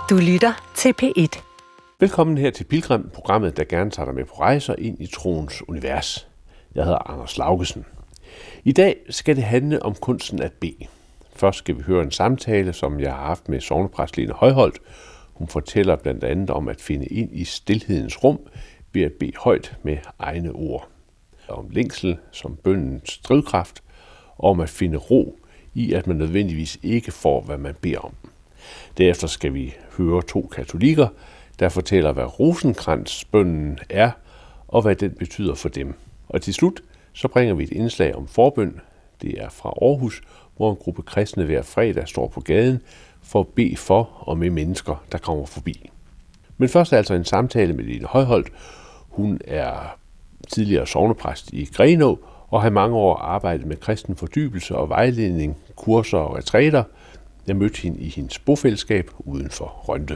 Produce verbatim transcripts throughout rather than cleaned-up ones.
Du lytter til P et. Velkommen her til Pilgrim, programmet, der gerne tager dig med på rejser ind i troens univers. Jeg hedder Anders Laugesen. I dag skal det handle om kunsten at bede. Først skal vi høre en samtale, som jeg har haft med sognepræst Lene Højholt. Hun fortæller blandt andet om at finde ind i stilhedens rum ved at bede højt med egne ord. Om længsel som bønnens drivkraft, og om at finde ro i, at man nødvendigvis ikke får, hvad man beder om. Derefter skal vi høre to katolikker, der fortæller, hvad rosenkransbønnen er, og hvad den betyder for dem. Og til slut, så bringer vi et indslag om forbøn. Det er fra Aarhus, hvor en gruppe kristne hver fredag står på gaden for at bede for og med mennesker, der kommer forbi. Men først er altså en samtale med Lene Højholt. Hun er tidligere sognepræst i Grenaa og har i mange år arbejdet med kristen fordybelse og vejledning, kurser og retræter. Jeg mødte hende i hendes bofællesskab uden for Rønde.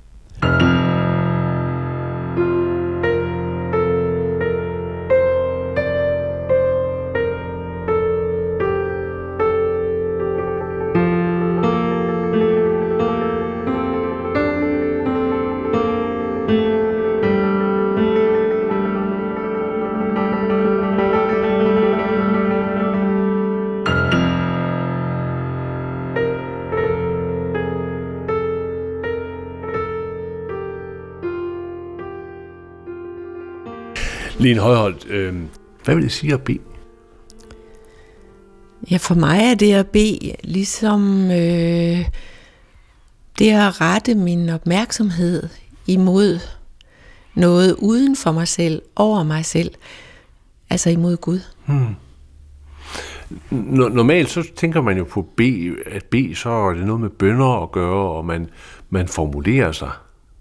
Lene Højholt, øh, hvad vil det sige at bede? Ja, for mig er det at bede ligesom øh, det at rette min opmærksomhed imod noget uden for mig selv, over mig selv, altså imod Gud. Hmm. Normalt så tænker man jo på bede, at bede, så er det noget med bønner at gøre, og man, man formulerer sig.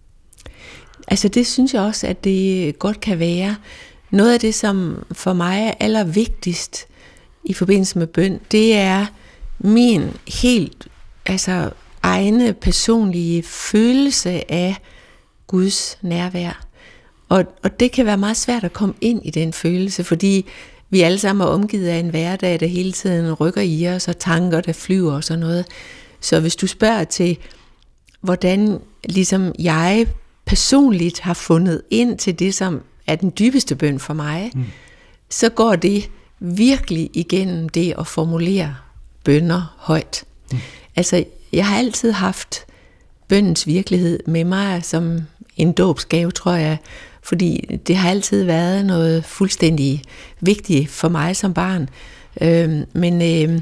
Altså det synes jeg også, at det godt kan være. Noget af det, som for mig er allervigtigst i forbindelse med bøn, det er min helt altså, egne personlige følelse af Guds nærvær. Og, og det kan være meget svært at komme ind i den følelse, fordi vi alle sammen er omgivet af en hverdag, der hele tiden rykker i os, og tanker, der flyver og sådan noget. Så hvis du spørger til, hvordan ligesom jeg personligt har fundet ind til det, som er den dybeste bøn for mig, mm. så går det virkelig igennem det at formulere bønner højt. Mm. Altså, jeg har altid haft bønnens virkelighed med mig som en dåbsgave, tror jeg, fordi det har altid været noget fuldstændig vigtigt for mig som barn. Øh, men øh,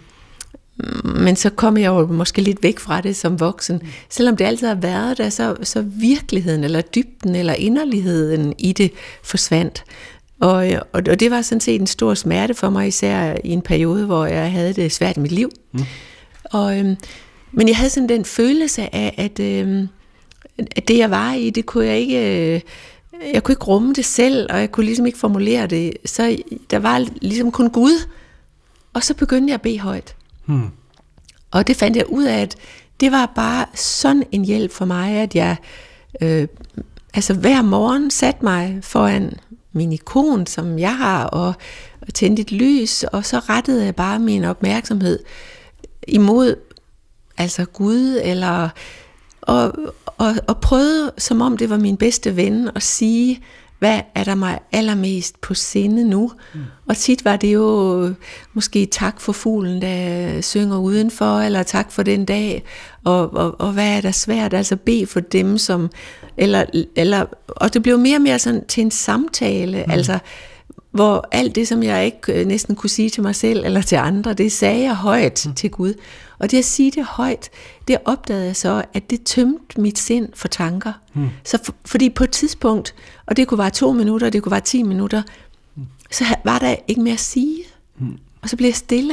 Men så kom jeg jo måske lidt væk fra det som voksen. Selvom det altid har været der, så, så virkeligheden, eller dybden, eller inderligheden i det forsvandt. Og, og, og det var sådan set en stor smerte for mig, især i en periode, hvor jeg havde det svært i mit liv. Mm. Og, øhm, men jeg havde sådan den følelse af, at, øhm, at det jeg var i, det kunne jeg ikke... Øh, jeg kunne ikke rumme det selv, og jeg kunne ligesom ikke formulere det. Så der var ligesom kun Gud. Og så begyndte jeg at bede højt. Hmm. Og det fandt jeg ud af, at det var bare sådan en hjælp for mig, at jeg øh, altså hver morgen satte mig foran min ikon, som jeg har, og, og tændte et lys, og så rettede jeg bare min opmærksomhed imod altså Gud, eller og, og, og prøvede, som om det var min bedste ven, at sige, hvad er der mig allermest på sinde nu? Mm. Og tit var det jo måske tak for fuglen, der synger udenfor, eller tak for den dag, og, og, og hvad er der svært? Altså bede for dem, som... Eller, eller, og det blev mere og mere sådan til en samtale, mm. altså hvor alt det, som jeg ikke næsten kunne sige til mig selv eller til andre, det sagde jeg højt mm. til Gud. Og det at sige det højt, det opdagede jeg så, at det tømte mit sind for tanker. Mm. Så for, fordi på et tidspunkt, og det kunne være to minutter, det kunne være ti minutter, mm. så var der ikke mere at sige. Mm. Og så blev jeg stille.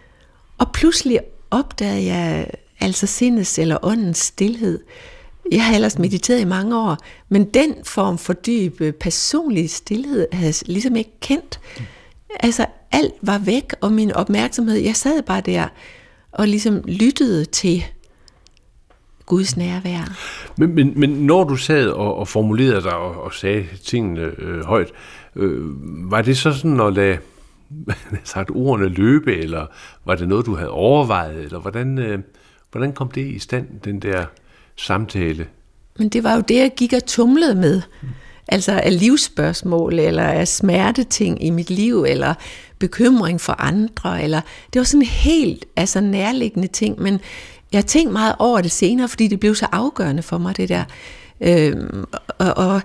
Og pludselig opdagede jeg altså sindets eller åndens stilhed. Jeg har ellers mediteret i mange år, men den form for dyb personlig stilhed havde jeg ligesom ikke kendt. Mm. Altså alt var væk, og min opmærksomhed, jeg sad bare der og ligesom lyttede til Guds nærvær. Men, men, men når du sad og, og formulerede dig og, og sagde tingene øh, højt, øh, var det så sådan at lade sagt, ordene løbe, eller var det noget, du havde overvejet, eller hvordan, øh, hvordan kom det i stand, den der samtale? men det var jo det, jeg gik og tumlede med. Altså af livsspørgsmål, eller af smerteting i mit liv, eller bekymring for andre, eller det var sådan helt altså nærliggende ting, men jeg har tænkt meget over det senere, fordi det blev så afgørende for mig, det der. Øhm, og, og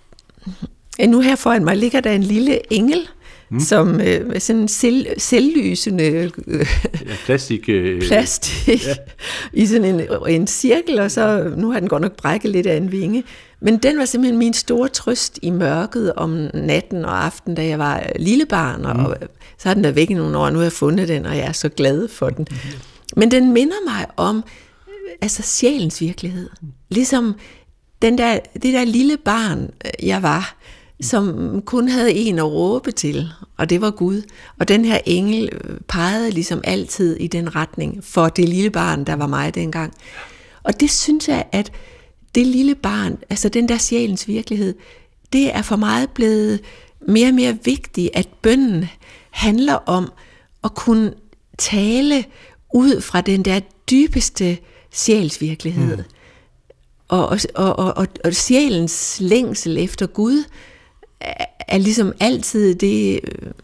nu her foran mig ligger der en lille engel, mm. som øh, sådan en selv, selvlysende øh, ja, plastik, øh, plastik ja. i sådan en, en cirkel, og så nu har den godt nok brækket lidt af en vinge. Men den var simpelthen min store trøst i mørket om natten og aften, da jeg var lille barn, og, mm. og så har den der væk i nogle år, og nu har jeg fundet den, og jeg er så glad for den. Men den minder mig om altså sjælens virkelighed. Ligesom den der, det der lille barn, jeg var, som kun havde en at råbe til, og det var Gud. Og den her engel pegede ligesom altid i den retning for det lille barn, der var mig dengang. Og det synes jeg, at det lille barn, altså den der sjælens virkelighed, det er for mig blevet mere og mere vigtigt, at bønnen handler om at kunne tale ud fra den der dybeste sjælsvirkelighed. Mm. Og, og, og, og, og sjælens længsel efter Gud er, er ligesom altid det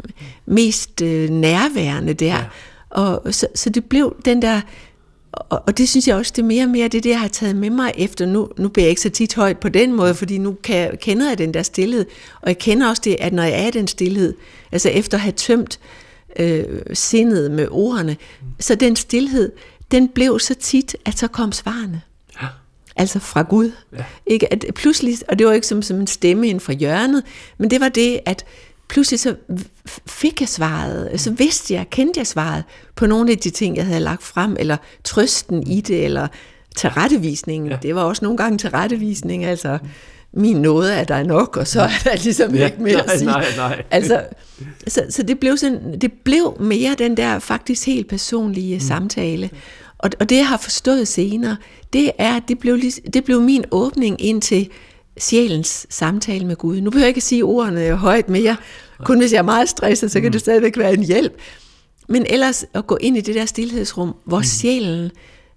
mest nærværende der. Ja. Og så, så det blev den der, og, og det synes jeg også, det er mere og mere det, det jeg har taget med mig efter. Nu, nu bliver jeg ikke så tit højt på den måde, fordi nu kan, kender jeg den der stilhed, og jeg kender også det, at når jeg er i den stilhed, altså efter at have tømt øh, sindet med ordene, mm. så den stilhed, den blev så tit, at så kom svarene. Ja. Altså fra Gud. Ja. Ikke? At pludselig, og det var ikke som, som en stemme inden fra hjørnet, men det var det, at pludselig så fik jeg svaret, så vidste jeg, kendte jeg svaret på nogle af de ting, jeg havde lagt frem, eller trøsten i det, eller tilrettevisningen. Ja. Det var også nogle gange tilrettevisning, altså min nåde er der nok, og så er der ligesom ja. ikke mere nej, at sige. Nej, nej. Altså, så, så det blev sådan, det blev mere den der faktisk helt personlige mm. samtale. Og, og det jeg har forstået senere, det er, det blev, det blev min åbning ind til sjælens samtale med Gud. Nu behøver jeg ikke at sige ordene højt mere, kun hvis jeg er meget stresset, så kan det stadigvæk være en hjælp. Men ellers at gå ind i det der stilhedsrum, hvor mm. sjælen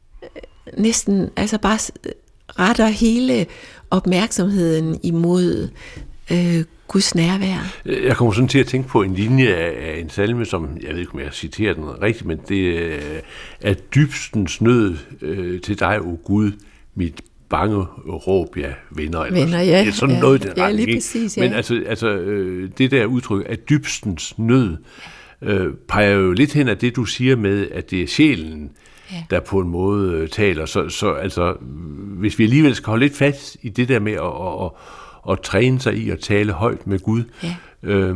næsten altså bare retter hele opmærksomheden imod øh, Guds nærvær. Jeg kommer sådan til at tænke på en linje af en salme, som, jeg ved ikke, om jeg citerer den rigtigt, men det er dybstens nød øh, til dig, o Gud, mit bange råb, jeg vender. Eller Venner, ja. Det er sådan ja, noget, den ja, retning, lige præcis, ja. Men altså, altså øh, det der udtryk af dybstens nød, øh, peger jo lidt hen af det, du siger med, at det er sjælen, ja. der på en måde øh, taler. Så, så altså, hvis vi alligevel skal holde lidt fast i det der med at, at, at, at træne sig i at tale højt med Gud, ja. øh,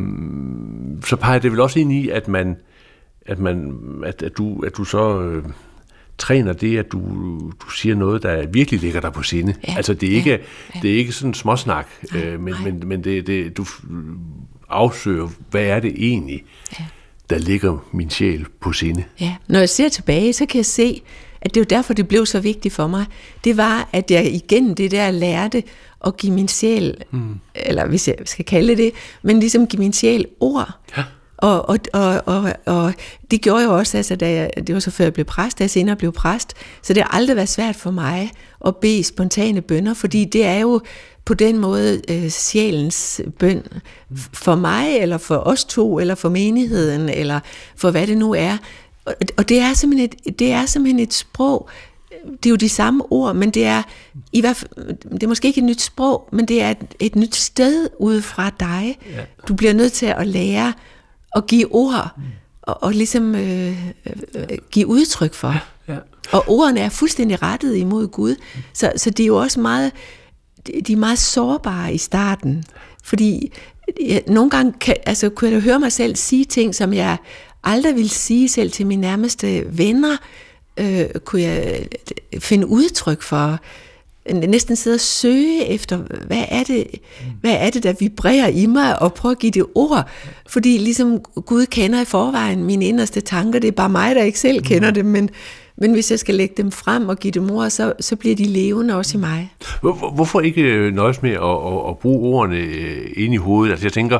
så peger det vel også ind i, at man, at man, at, at du, at du så øh, træner det, at du, du siger noget, der virkelig ligger dig på sinde. Ja. Altså det er ikke, ja. Ja. det er ikke sådan småsnak, nej, øh, men, men, men det, det, du afsøger, hvad er det egentlig, ja. der ligger min sjæl på sinde. Ja. Når jeg ser tilbage, så kan jeg se, at det er jo derfor, det blev så vigtigt for mig. Det var, at jeg igen det der lærte at give min sjæl, hmm. eller hvis jeg skal kalde det, men ligesom give min sjæl ord. Ja. Og, og, og, og, og det gjorde jeg også, altså, da jeg, det var så før jeg blev præst, da jeg senere blev præst, så det har aldrig været svært for mig at bede spontane bønner, fordi det er jo på den måde øh, sjælens bøn for mig, eller for os to, eller for menigheden, eller for hvad det nu er. Og, og det, er simpelthen et, det er simpelthen et sprog, det er jo de samme ord, men det er, i hvert fald, det er måske ikke et nyt sprog, men det er et, et nyt sted ud fra dig. Ja. Du bliver nødt til at lære at give ord, mm. og, og ligesom øh, øh, give udtryk for. Ja. Ja. Og ordene er fuldstændig rettet imod Gud, mm. så, så de er jo også meget, de er meget sårbare i starten, fordi jeg, nogle gange kan, altså, kunne jeg høre mig selv sige ting, som jeg aldrig ville sige selv til mine nærmeste venner, øh, kunne jeg finde udtryk for, næsten sidde og søge efter, hvad er det, hvad er det, der vibrerer i mig, og prøve at give det ord, fordi ligesom Gud kender i forvejen mine inderste tanker, det er bare mig, der ikke selv kender dem, men, men hvis jeg skal lægge dem frem og give dem ord, så, så bliver de levende også i mig. Hvor, hvorfor ikke nøjes med at, at, at bruge ordene inde i hovedet? Altså jeg tænker,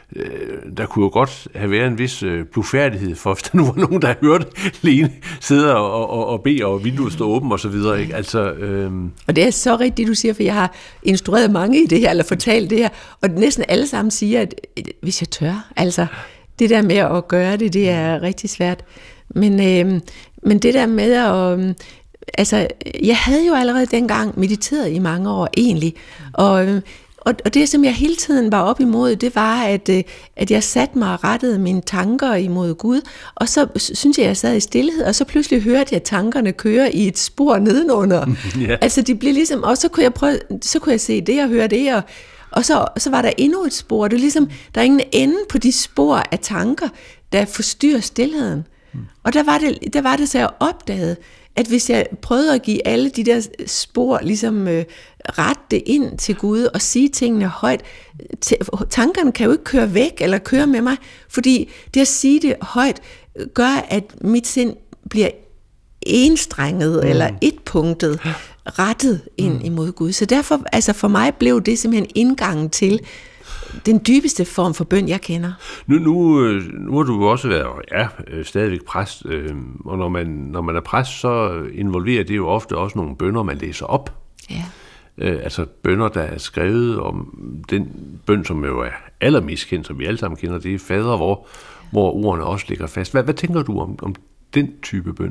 øh, der kunne jo godt have været en vis øh, blufærdighed for, hvis der nu var nogen, der hørte Lene sidde og, og, og bede, og vinduet stå åben og så videre. Ikke? Altså, øh... Og det er så rigtigt, det du siger, for jeg har instrueret mange i det her, eller fortalt det her, og næsten alle sammen siger, at hvis jeg tør, altså det der med at gøre det, det er rigtig svært. Men, øh, men det der med at... Øh, altså, jeg havde jo allerede dengang mediteret i mange år, egentlig, og... Øh, Og, og det, som jeg hele tiden var op imod, det var, at, at jeg satte mig og rettede mine tanker imod Gud, og så synes jeg, jeg sad i stillhed, og så pludselig hørte jeg tankerne køre i et spor nedenunder. Yeah. Altså, de blev ligesom, og så kunne jeg prøve, så kunne jeg se det og høre det, og, og så, så var der endnu et spor. Det er ligesom, der er ingen ende på de spor af tanker, der forstyrrer stillheden. Mm. Og der var, det, der var det, så jeg opdagede, at hvis jeg prøvede at give alle de der spor, ligesom øh, rette det ind til Gud og sige tingene højt, t- tankerne kan jo ikke køre væk eller køre med mig, fordi det at sige det højt gør, at mit sind bliver enstrenget mm. eller etpunktet rettet ind mm. imod Gud. Så derfor, altså for mig blev det simpelthen indgangen til den dybeste form for bøn, jeg kender. Nu, nu, nu har du jo også været, ja, stadigvæk præst, øh, og når man, når man er præst, så involverer det jo ofte også nogle bønner, man læser op. Ja. Øh, altså bønner, der er skrevet om den bøn, som jo er allermest kendt, som vi alle sammen kender, det er fader, hvor, hvor ordene også ligger fast. Hvad, hvad tænker du om, om den type bøn?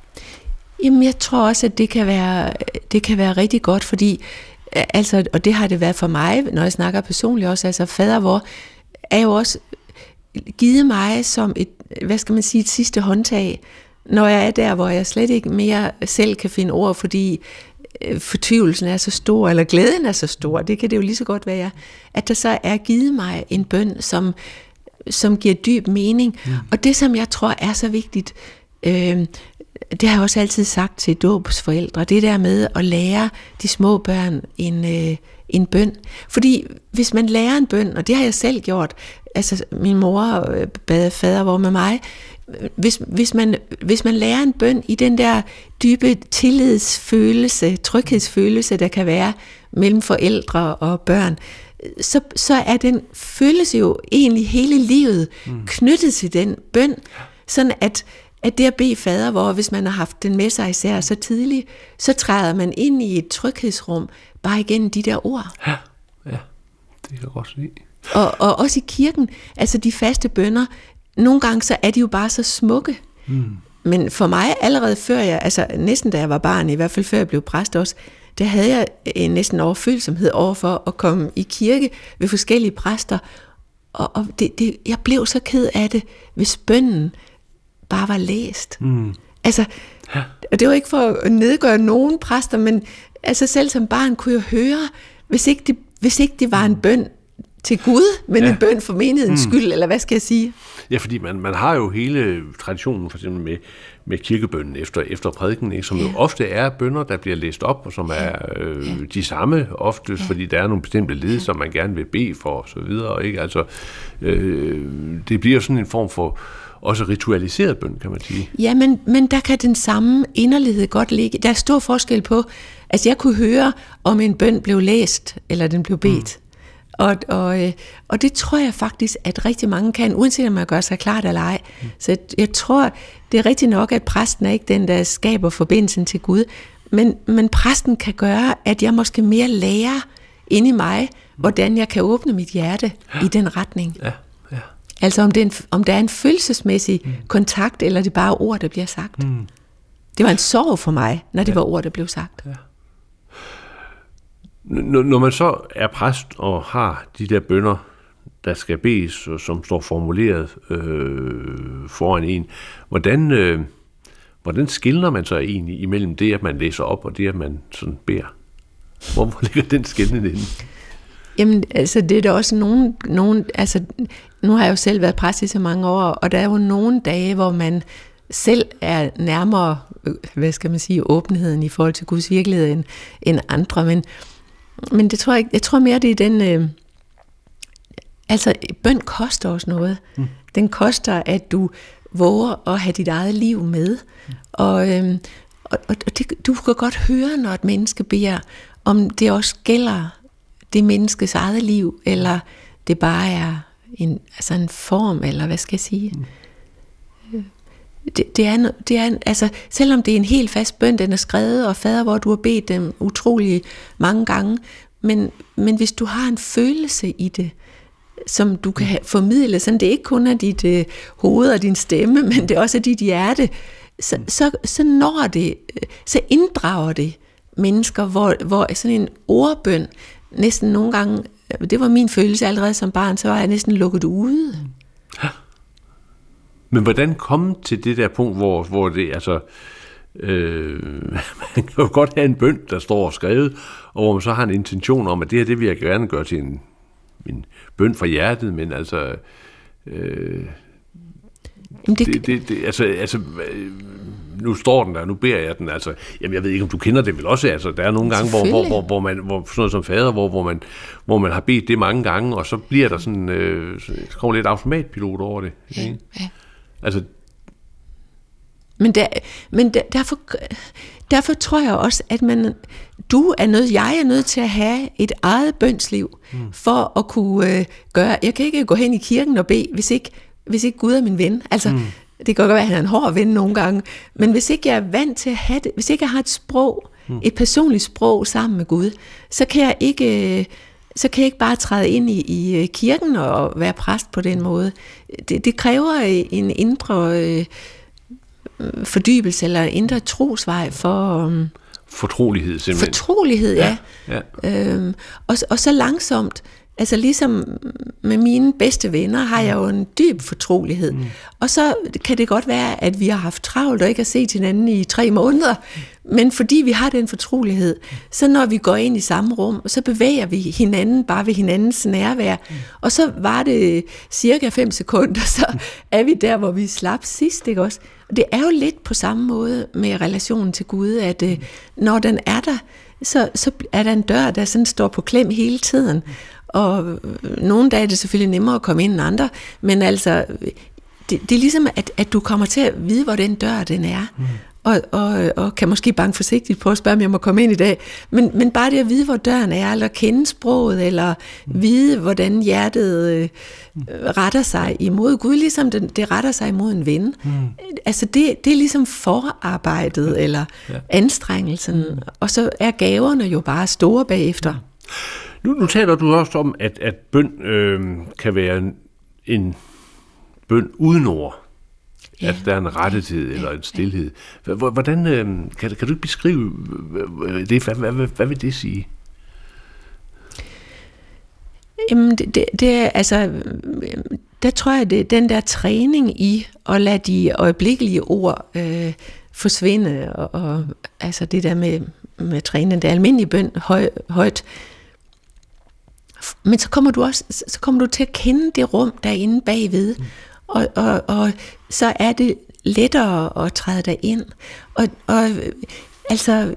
Jamen, jeg tror også, at det kan være, det kan være rigtig godt, fordi altså, og det har det været for mig, når jeg snakker personligt også, altså fader vor er jo også givet mig som et, hvad skal man sige, et sidste håndtag, når jeg er der, hvor jeg slet ikke mere selv kan finde ord, fordi fortvivlelsen er så stor, eller glæden er så stor, det kan det jo lige så godt være, at der så er givet mig en bøn, som, som giver dyb mening. Mm. Og det, som jeg tror er så vigtigt, øh, det har jeg også altid sagt til dåbsforældre, det der med at lære de små børn en, øh, en bøn. Fordi hvis man lærer en bøn, og det har jeg selv gjort, altså min mor bad fader vor med mig, hvis, hvis, man, hvis man lærer en bøn i den der dybe tillidsfølelse, tryghedsfølelse, der kan være mellem forældre og børn, så, så er den følelse jo egentlig hele livet knyttet til den bøn, sådan at at det at bede fader, hvor hvis man har haft den med sig især så tidligt, så træder man ind i et tryghedsrum, bare igennem de der ord. Ja, ja, det kan jeg godt se. Og, og også i kirken, altså de faste bønner, nogle gange så er de jo bare så smukke. Mm. Men for mig allerede før jeg, altså næsten da jeg var barn, i hvert fald før jeg blev præst også, der havde jeg en næsten overfølsomhed over for at komme i kirke ved forskellige præster. Og, og det, det, jeg blev så ked af det, hvis bønnen bare var læst. Mm. Altså, ja. Og det var ikke for at nedgøre nogen præster, men altså selv som barn kunne jeg høre, hvis ikke det, hvis ikke det var en bøn til Gud, men ja. en bøn for menighedens mm. skyld, eller hvad skal jeg sige? Ja, fordi man, man har jo hele traditionen for eksempel med, med kirkebønnen efter, efter prædiken, ikke, som ja. jo ofte er bønner, der bliver læst op, og som er øh, ja. de samme oftest, ja. fordi der er nogle bestemte led, som man gerne vil bede for, og så videre. Ikke? Altså, øh, det bliver sådan en form for også ritualiseret bøn, kan man sige. Ja, men, men der kan den samme inderlighed godt ligge. Der er stor forskel på, altså jeg kunne høre, om en bøn blev læst, eller den blev bedt. Mm. Og, og, og det tror jeg faktisk, at rigtig mange kan, uanset om man gør sig klart eller ej. Mm. Så jeg, jeg tror, det er rigtigt nok, at præsten er ikke den, der skaber forbindelsen til Gud, men, men præsten kan gøre, at jeg måske mere lærer inde i mig, mm. hvordan jeg kan åbne mit hjerte ja. i den retning. Ja. Altså om, det er en, om der er en følelsesmæssig mm. kontakt, eller det er bare ord, der bliver sagt. Mm. Det var en sorg for mig, når det ja. var ord, der blev sagt. Ja. N- når man så er præst og har de der bønner, der skal bedes, og som står formuleret øh, foran en, hvordan, øh, hvordan skiller man så egentlig imellem det, at man læser op, og det, at man sådan beder? Hvor, hvor ligger den skillende inde? Jamen, altså, det er da også nogen, nogen, altså, nu har jeg jo selv været præst i så mange år, og der er jo nogle dage, hvor man selv er nærmere, hvad skal man sige, åbenheden i forhold til Guds virkelighed end, end andre, men, men det tror jeg, jeg tror mere, det er den, øh, altså, bøn koster også noget. Mm. Den koster, at du våger at have dit eget liv med, mm. og, øh, og, og det, du kan godt høre, når et menneske beder, om det også gælder det menneskes eget liv, eller det bare er en, altså en form, eller hvad skal jeg sige? Mm. Det, det, er, det er, altså, selvom det er en helt fast bøn, den er skrevet, og fader, hvor du har bedt dem utrolig mange gange, men, men hvis du har en følelse i det, som du kan have, formidle, sådan det ikke kun er dit øh, hoved og din stemme, men det også er dit hjerte, så, så, så når det, så inddrager det mennesker, hvor, hvor sådan en ordbøn næsten nogle gange, det var min følelse allerede som barn, så var jeg næsten lukket ude. Ja. Men hvordan komme til det der punkt, hvor, hvor det, altså, øh, man kan jo godt have en bøn, der står skrevet, og hvor man så har en intention om, at det her, det vil jeg gerne gøre til en, en bøn fra hjertet, men altså, øh, det, det, det, det, altså, altså, nu står den der, nu beder jeg den, altså, jamen jeg ved ikke, om du kender det vel også, altså, der er nogle gange, hvor, hvor, hvor, hvor man, hvor, sådan noget som fader, hvor, hvor, man, hvor man har bedt det mange gange, og så bliver der sådan, øh, så kommer lidt automatpilot over det. Ja, ikke? ja. Altså, men der, men der, derfor, derfor tror jeg også, at man, du er nødt, jeg er nødt til at have et eget bønsliv, mm. for at kunne øh, gøre, jeg kan ikke gå hen i kirken og bede, hvis ikke, hvis ikke Gud er min ven. Altså, mm. det kan godt være, at han er en hård ven nogle gange, men hvis ikke jeg er vant til at have det, hvis ikke jeg har et sprog, mm. et personligt sprog sammen med Gud, så kan jeg ikke, så kan jeg ikke bare træde ind i, i kirken og være præst på den måde. Det, det kræver en indre øh, fordybelse eller en indre trosvej for um, fortrolighed simpelthen. Fortrolighed, ja. ja. ja. Øhm, og, og så langsomt, altså ligesom med mine bedste venner, har jeg jo en dyb fortrolighed. Mm. Og så kan det godt være, at vi har haft travlt og ikke har set hinanden i tre måneder, men fordi vi har den fortrolighed, så når vi går ind i samme rum, så bevæger vi hinanden bare ved hinandens nærvær. Mm. Og så var det cirka fem sekunder, så er vi der, hvor vi slap sidst, ikke også? Og det er jo lidt på samme måde med relationen til Gud, at øh, når den er der, så, så er der en dør, der sådan står på klem hele tiden. Og nogle dage er det selvfølgelig nemmere at komme ind end andre, men altså, det, det er ligesom, at, at du kommer til at vide, hvor den dør den er, mm. og, og, og kan måske banke forsigtigt på at spørge, om jeg må komme ind i dag, men, men bare det at vide, hvor døren er, eller kende sproget, eller mm. vide, hvordan hjertet øh, retter sig imod Gud, ligesom det, det retter sig imod en ven. Mm. Altså det, det er ligesom forarbejdet, ja. eller ja. anstrengelsen, mm. og så er gaverne jo bare store bagefter. Mm. Nu, nu taler du også om, at, at bøn øh, kan være en, en bøn uden ord. Ja. At der er en rettethed eller en stilhed. Hvordan, øh, kan, kan du ikke beskrive det? Hvad, hvad, hvad, hvad vil det sige? Jamen, det, det, det er, altså, der tror jeg, det er den der træning i at lade de øjeblikkelige ord øh, forsvinde, og, og altså det der med, med træningen, det almindelige bøn høj, højt. Men så kommer du også, så kommer du til at kende det rum derinde bagved, mm. og, og, og så er det lettere at træde derind. Og, og altså,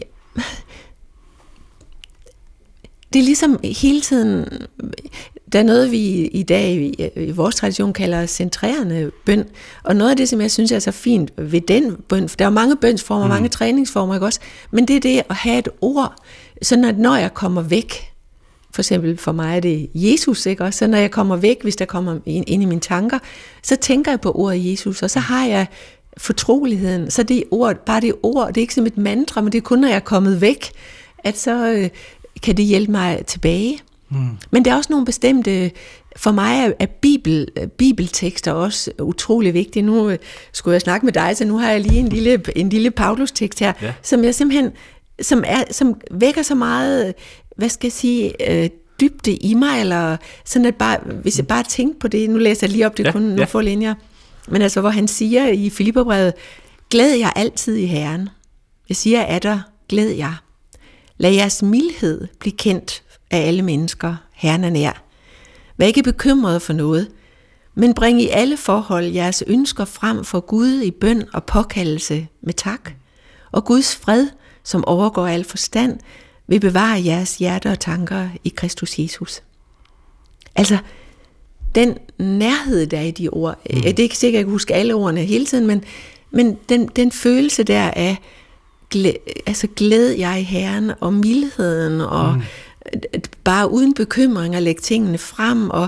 det er ligesom hele tiden, der er noget, vi i dag i, i vores tradition kalder centrerende bøn, og noget af det, som jeg synes er så fint ved den bøn, for der er mange bønsformer, mm. mange træningsformer, ikke også? Men det er det at have et ord, sådan at når jeg kommer væk, for eksempel for mig er det Jesus, ikke også? Så når jeg kommer væk, hvis der kommer ind, ind i mine tanker, så tænker jeg på ordet Jesus, og så har jeg fortroligheden. Så det ord, bare det ord, det er ikke som et mantra, men det er kun, når jeg er kommet væk, at så øh, kan det hjælpe mig tilbage. Mm. Men der er også nogle bestemte, for mig er, er bibel, bibeltekster også utrolig vigtige. Nu øh, skulle jeg snakke med dig, så nu har jeg lige en lille, en lille Paulus-tekst her, ja. som jeg simpelthen, som, er, som vækker så meget, hvad skal jeg sige, øh, dybde i mig, eller sådan at bare, hvis jeg bare tænker på det, nu læser jeg lige op, det ja, kun nogle ja. få linjer, men altså, hvor han siger i Filipperbrevet, glæd jer altid i Herren. Jeg siger af dig, glæd jer. Lad jeres mildhed blive kendt af alle mennesker, Herren er nær. Vær ikke bekymret for noget, men bring i alle forhold jeres ønsker frem for Gud i bøn og påkaldelse med tak. Og Guds fred, som overgår al forstand, vil bevare jeres hjerter og tanker i Kristus Jesus. Altså, den nærhed, der er i de ord, mm. det er ikke sikkert, at jeg kan huske alle ordene hele tiden, men, men den, den følelse der af, glæ, altså glæd jeg i Herren, og mildheden, og mm. bare uden bekymring at lægge tingene frem, og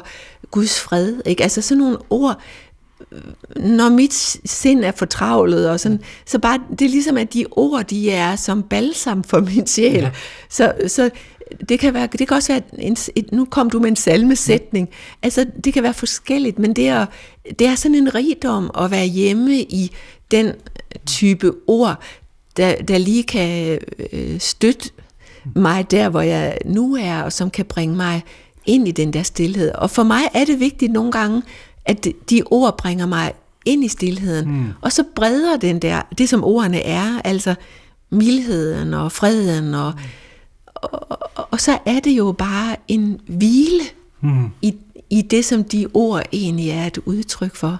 Guds fred, ikke? Altså sådan nogle ord, når mit sind er fortravlet, og sådan, så bare, det er ligesom, at de ord, de er som balsam for min sjæl. Ja. Så, så det kan være, det kan også være, en, et, nu kom du med en salmesætning, altså det kan være forskelligt, men det er, det er sådan en rigdom at være hjemme i den type ord, der, der lige kan øh, støtte mig der, hvor jeg nu er, og som kan bringe mig ind i den der stilhed. Og for mig er det vigtigt nogle gange, at de ord bringer mig ind i stilheden, mm. og så breder den der, det som ordene er, altså mildheden og freden, og, mm. og, og, og så er det jo bare en hvile mm. i, i det, som de ord egentlig er et udtryk for.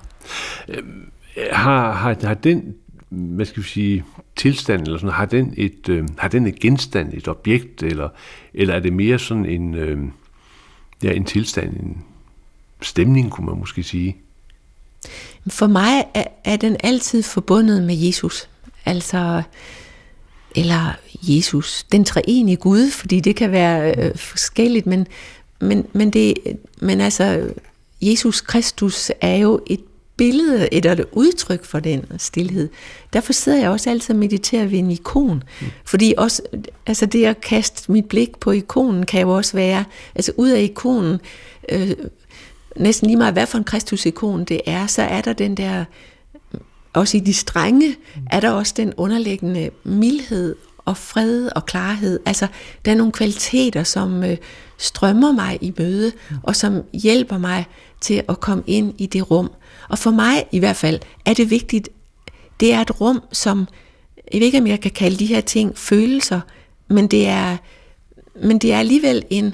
Har, har, har den, hvad skal vi sige, tilstand, eller sådan, har den et, øh, har den et genstand, et objekt, eller, eller er det mere sådan en, øh, ja, en tilstand, en stemning, kunne man måske sige? For mig er, er den altid forbundet med Jesus. Altså, eller Jesus, den treenige Gud, fordi det kan være øh, forskelligt, men, men, men, det, men altså, Jesus Kristus er jo et billede, et, et udtryk for den stilhed. Derfor sidder jeg også altid og mediterer ved en ikon. Mm. Fordi også, altså det at kaste mit blik på ikonen, kan jo også være, altså ud af ikonen, øh, næsten lige meget hvad for en Kristus-ikon det er, så er der den der, også i de strenge, mm. er der også den underliggende mildhed og fred og klarhed. Altså, der er nogle kvaliteter, som øh, strømmer mig i møde, mm. og som hjælper mig til at komme ind i det rum. Og for mig i hvert fald er det vigtigt, det er et rum, som, jeg ved ikke om jeg kan kalde de her ting følelser, men det er, men det er alligevel en,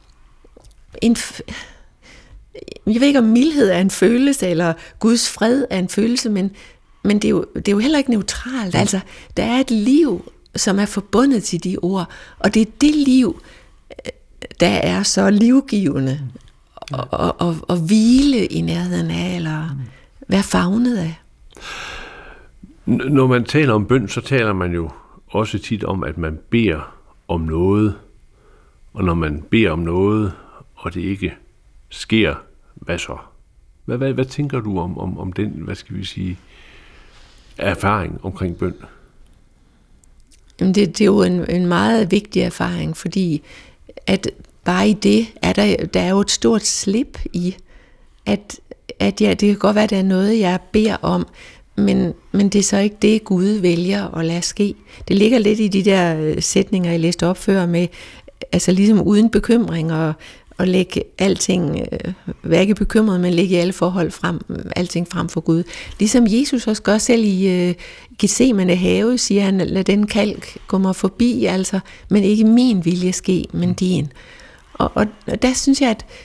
en, jeg ved ikke om mildhed er en følelse, eller Guds fred er en følelse, men, men det, er jo, det er jo heller ikke neutralt. Altså, der er et liv, som er forbundet til de ord, og det er det liv, der er så livgivende, og, og, og, og hvile i nærheden af, eller være favnet af. Når man taler om bøn, så taler man jo også tit om, at man beder om noget, og når man beder om noget, og det ikke sker, hvad så? Hvad, hvad, hvad tænker du om, om, om den, hvad skal vi sige, erfaring omkring bøn? Jamen det, det er jo en, en meget vigtig erfaring, fordi at bare i det er der, der er jo et stort slip i, at, at ja, det kan godt være, at der er noget, jeg beder om, men, men det er så ikke det, Gud vælger at lade ske. Det ligger lidt i de der sætninger, jeg læste op før med, altså ligesom uden bekymring og, og lægge alting, vær ikke bekymret, men lægge alle forhold frem, alting frem for Gud. Ligesom Jesus også gør selv i uh, Getsemane have, siger han, lad den kalk gå mig forbi, altså, men ikke min vilje ske, men din. Og, og, og der synes jeg, at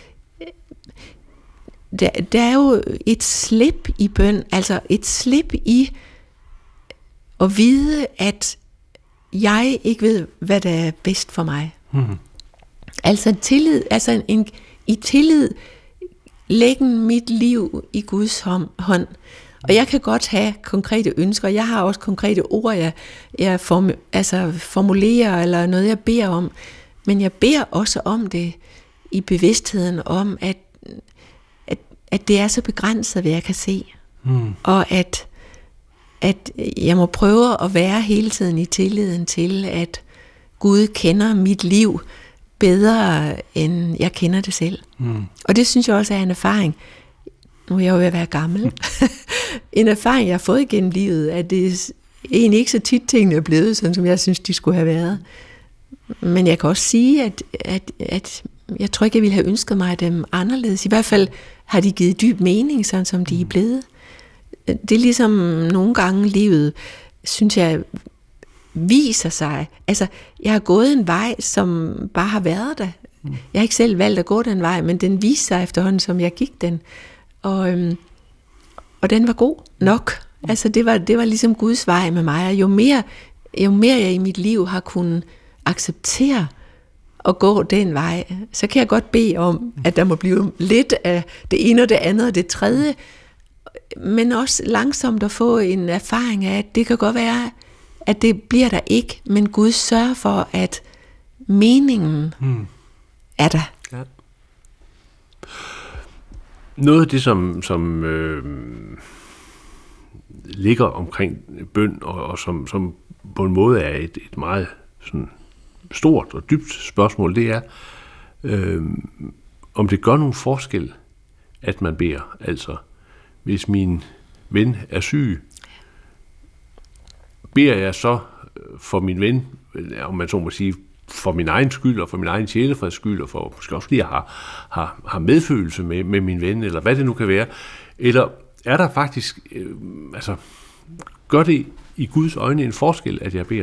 der, der er jo et slip i bøn, altså et slip i at vide, at jeg ikke ved, hvad der er bedst for mig. Mm-hmm. Altså tillid, altså en, i tillid lægge mit liv i Guds hånd. Og jeg kan godt have konkrete ønsker. Jeg har også konkrete ord, jeg, jeg form, altså formulerer, eller noget, jeg beder om. Men jeg beder også om det i bevidstheden om, at, at, at det er så begrænset, hvad jeg kan se. Mm. Og at, at jeg må prøve at være hele tiden i tilliden til, at Gud kender mit liv bedre, end jeg kender det selv. Mm. Og det synes jeg også er en erfaring. Nu er jeg jo ved at være gammel. En erfaring, jeg har fået igennem livet, at det er egentlig ikke så tit tingene er blevet, sådan som jeg synes, de skulle have været. Men jeg kan også sige, at, at, at jeg tror ikke, jeg ville have ønsket mig dem anderledes. I hvert fald har de givet dyb mening, sådan som de er blevet. Det er ligesom nogle gange livet, synes jeg, viser sig. Altså, jeg har gået en vej, som bare har været der. Jeg har ikke selv valgt at gå den vej, men den viste sig efterhånden, som jeg gik den. Og, øhm, og den var god nok. Altså, det var, det var ligesom Guds vej med mig. Og jo mere, jo mere jeg i mit liv har kunnet acceptere at gå den vej, så kan jeg godt bede om, at der må blive lidt af det ene og det andet og det tredje, men også langsomt at få en erfaring af, at det kan godt være, at det bliver der ikke, men Gud sørger for, at meningen hmm. er der. Ja. noget af det, som, som øh, ligger omkring bøn, og, og som, som på en måde er et, et meget sådan, stort og dybt spørgsmål, det er, øh, om det gør nogen forskel, at man beder. Altså, hvis min ven er syg, beder jeg så for min ven, om man så må sige, for min egen skyld, og for min egen sjælefreds skyld, og for måske også fordi jeg har, har, har medfølelse med, med min ven, eller hvad det nu kan være. Eller er der faktisk, øh, altså, gør det i Guds øjne en forskel, at jeg beder?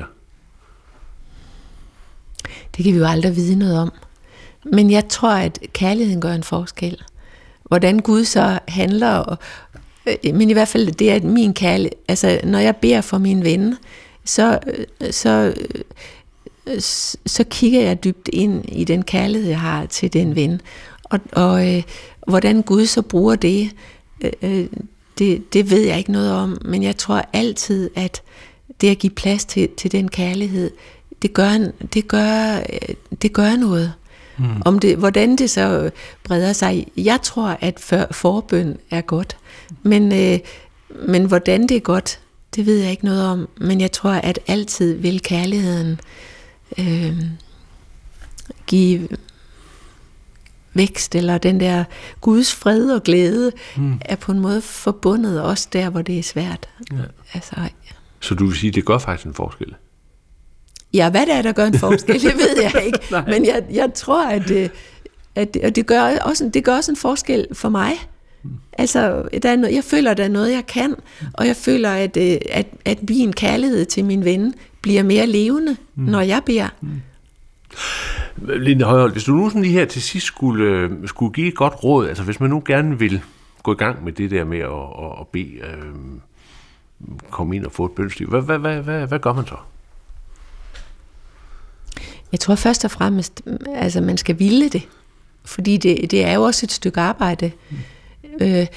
Det kan vi jo aldrig vide noget om. Men jeg tror, at kærligheden gør en forskel. Hvordan Gud så handler, og, men i hvert fald det er min kærlighed. Altså, når jeg beder for min ven, så, så, så kigger jeg dybt ind i den kærlighed, jeg har til den ven. Og, og øh, hvordan Gud så bruger det, øh, det, det ved jeg ikke noget om. Men jeg tror altid, at det at give plads til, til den kærlighed, det gør, det gør, det gør noget. Mm. Om det, hvordan det så breder sig. Jeg tror, at for, forbøn er godt. Men, øh, men hvordan det er godt, det ved jeg ikke noget om. Men jeg tror, at altid vil kærligheden øh, give vækst, eller den der Guds fred og glæde, mm. er på en måde forbundet også der, hvor det er svært. Ja. Altså, ja. Så du vil sige, at det gør faktisk en forskel? Ja, hvad det er, der gør en forskel, det ved jeg ikke. Men jeg, jeg tror, at, det, at det, og det, gør også, det gør også en forskel for mig. Mm. Altså, der er noget, jeg føler, at der er noget, jeg kan, mm. og jeg føler, at, at, at min kærlighed til min ven bliver mere levende, mm. når jeg beder. Mm. Linde Højholt, hvis du nu sådan lige her til sidst skulle, skulle give et godt råd, altså hvis man nu gerne vil gå i gang med det der med at, at, at bede, øh, komme ind og få et bønsliv, hvad, hvad, hvad, hvad, hvad gør man så? Jeg tror først og fremmest, altså man skal ville det, fordi det, det er jo også et stykke arbejde. Mm. Øh,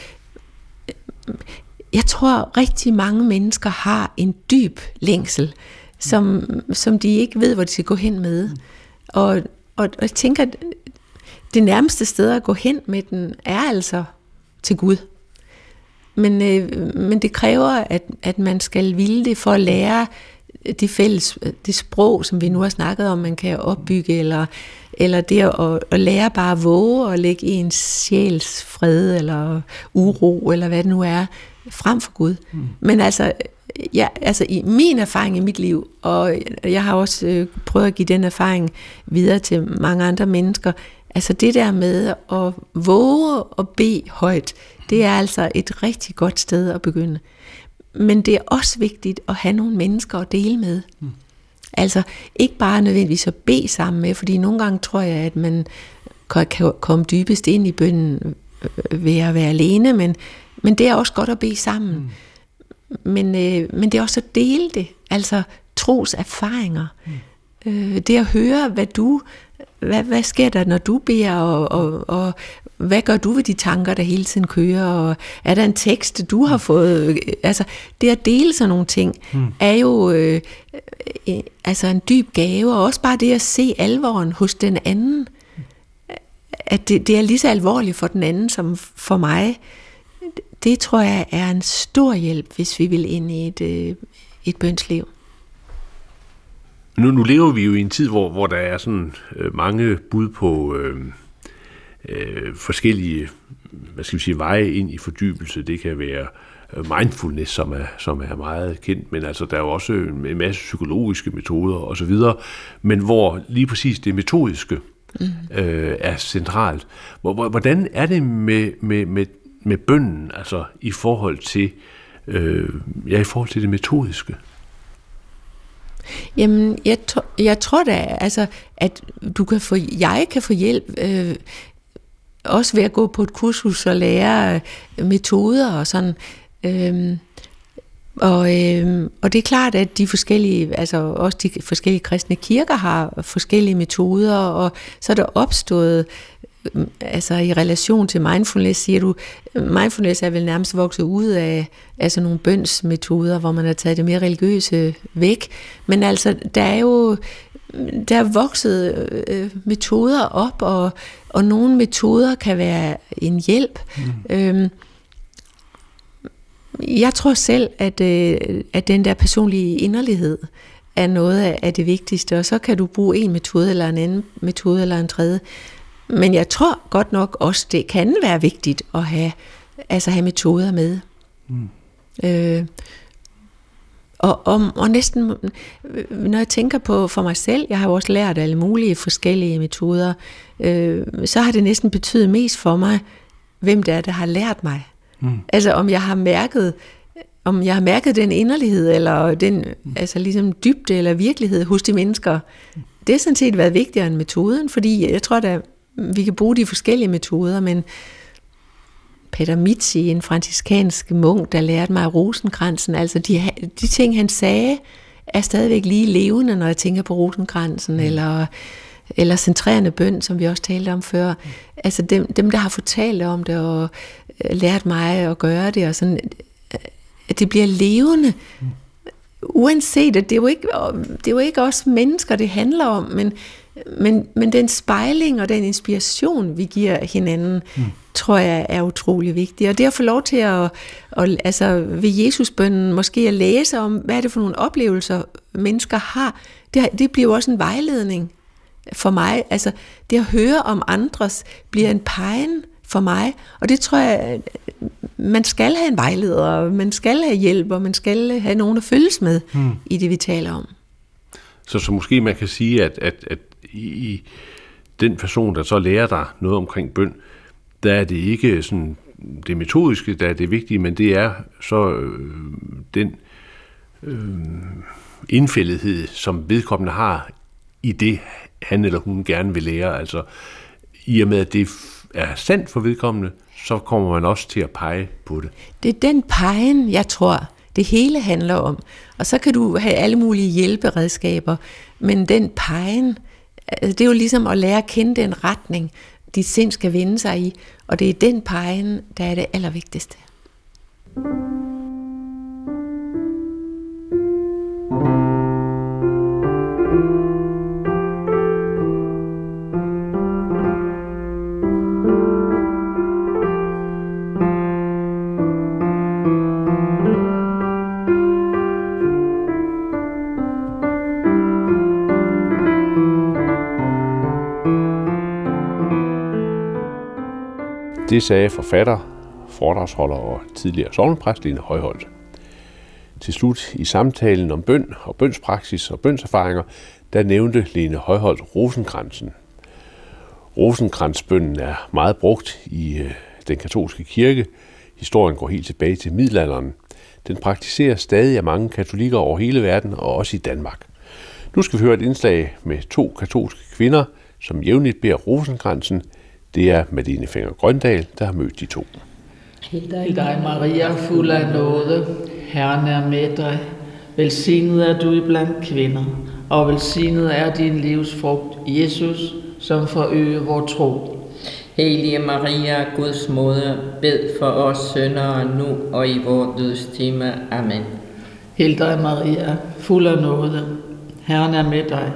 jeg tror, rigtig mange mennesker har en dyb længsel, som, som de ikke ved, hvor de skal gå hen med. Mm. Og, og, og jeg tænker, at det nærmeste sted at gå hen med den, er altså til Gud. Men, øh, men det kræver, at, at man skal ville det for at lære det fælles, det sprog, som vi nu har snakket om, man kan opbygge, eller, eller det at, at lære bare at våge og lægge ens sjæls fred, eller uro, eller hvad det nu er, frem for Gud. Mm. Men altså, ja, altså i min erfaring i mit liv, og jeg har også øh, prøvet at give den erfaring videre til mange andre mennesker, altså det der med at våge og bede højt, det er altså et rigtig godt sted at begynde. Men det er også vigtigt at have nogle mennesker at dele med. Mm. Altså ikke bare nødvendigvis at bede sammen med, fordi nogle gange tror jeg, at man kan komme dybest ind i bønnen ved at være alene, men, men det er også godt at bede sammen. Mm. Men, øh, men det er også at dele det, altså tros erfaringer. Mm. Øh, det at høre, hvad du, hvad, hvad sker der, når du beder, og, og, og hvad gør du ved de tanker, der hele tiden kører, og er der en tekst, du har fået? Altså, det at dele sådan nogle ting, mm. er jo øh, øh, altså en dyb gave, og også bare det at se alvoren hos den anden, at det, det er lige så alvorligt for den anden, som for mig. Det tror jeg er en stor hjælp, hvis vi vil ind i et, øh, et bønsliv. Nu, nu lever vi jo i en tid, hvor, hvor der er sådan øh, mange bud på øh, øh, forskellige, hvad skal vi sige, veje ind i fordybelse. Det kan være mindfulness, som er, som er meget kendt, men altså der er jo også en masse psykologiske metoder osv., men hvor lige præcis det metodiske mm. øh, er centralt. Hvordan er det med, med, med, med bønnen, altså i forhold til, øh, ja, i forhold til det metodiske? Jamen, jeg, to, jeg tror da, altså, at du kan få, jeg kan få hjælp, øh, også ved at gå på et kursus og lære øh, metoder og sådan. Øh, og, øh, og det er klart, at de forskellige, altså også de forskellige kristne kirker har forskellige metoder, og så er der opstået, altså i relation til mindfulness, siger du, mindfulness er vel nærmest vokset ud af, af sådan nogle bønsmetoder, hvor man har taget det mere religiøse væk, men altså der er jo der er vokset øh, metoder op, og, og nogle metoder kan være en hjælp. Mm. Øhm, jeg tror selv, at, øh, at den der personlige inderlighed er noget af, af det vigtigste, og så kan du bruge en metode, eller en anden metode, eller en tredje. Men jeg tror godt nok også, det kan være vigtigt at have, altså have metoder med. Mm. Øh, og, og, og næsten, når jeg tænker på for mig selv, jeg har jo også lært alle mulige forskellige metoder, øh, så har det næsten betydet mest for mig, hvem det er, der har lært mig. Mm. Altså om jeg har mærket, om jeg har mærket den inderlighed, eller den mm. altså ligesom dybde eller virkelighed hos de mennesker. Det har sådan set været vigtigere end metoden, fordi jeg tror, at vi kan bruge de forskellige metoder, men Peter Mizzi, en franciskansk munk, der lærte mig Rosenkransen, altså de, de ting, han sagde, er stadigvæk lige levende, når jeg tænker på Rosenkransen, mm. eller, eller centrerende bøn, som vi også talte om før. Mm. Altså dem, dem, der har fortalt om det, og lært mig at gøre det, og sådan, at det bliver levende. Mm. Uanset, at det er jo ikke, det er jo ikke os mennesker, det handler om, men, men, men den spejling og den inspiration, vi giver hinanden, mm. tror jeg er utrolig vigtig. Og det at få lov til at, at altså ved Jesusbønnen måske at læse om, hvad er det for nogle oplevelser, mennesker har, det, det bliver jo også en vejledning for mig. Altså det at høre om andres bliver en pegen for mig, og det tror jeg, man skal have en vejleder, og man skal have hjælp, og man skal have nogen at følges med hmm. i det, vi taler om. Så, så måske man kan sige, at, at, at i den person, der så lærer dig noget omkring bøn, der er det ikke sådan det metodiske, der er det vigtige, men det er så øh, den øh, indfældighed, som vedkommende har i det, han eller hun gerne vil lære. Altså i og med, at det er sandt for vedkommende, så kommer man også til at pege på det. Det er den pegen, jeg tror, det hele handler om. Og så kan du have alle mulige hjælperedskaber, men den pegen, det er jo ligesom at lære at kende den retning, dit sind skal vende sig i, og det er den pegen, der er det allervigtigste. Det sagde forfatter, foredragsholder og tidligere sognepræst Lene Højholt. Til slut i samtalen om bøn og bønspraksis og bønserfaringer, der nævnte Lene Højholt Rosenkransen. Rosenkransbønnen er meget brugt i øh, den katolske kirke. Historien går helt tilbage til middelalderen. Den praktiseres stadig af mange katolikker over hele verden og også i Danmark. Nu skal vi høre et indslag med to katolske kvinder, som jævnligt beder Rosenkransen. Det er Malene Fenger Grøndal, der har mødt de to. Til dig, Maria, fuld af nåde, Herren er med dig. Velsignet er du iblandt kvinder, og velsignet er din livsfrugt, Jesus, som forøger vor tro. Hellige Maria, Guds moder, bed for os syndere nu og i vor dødstime. Amen. Til dig, Maria, fuld af nåde, Herren er med dig.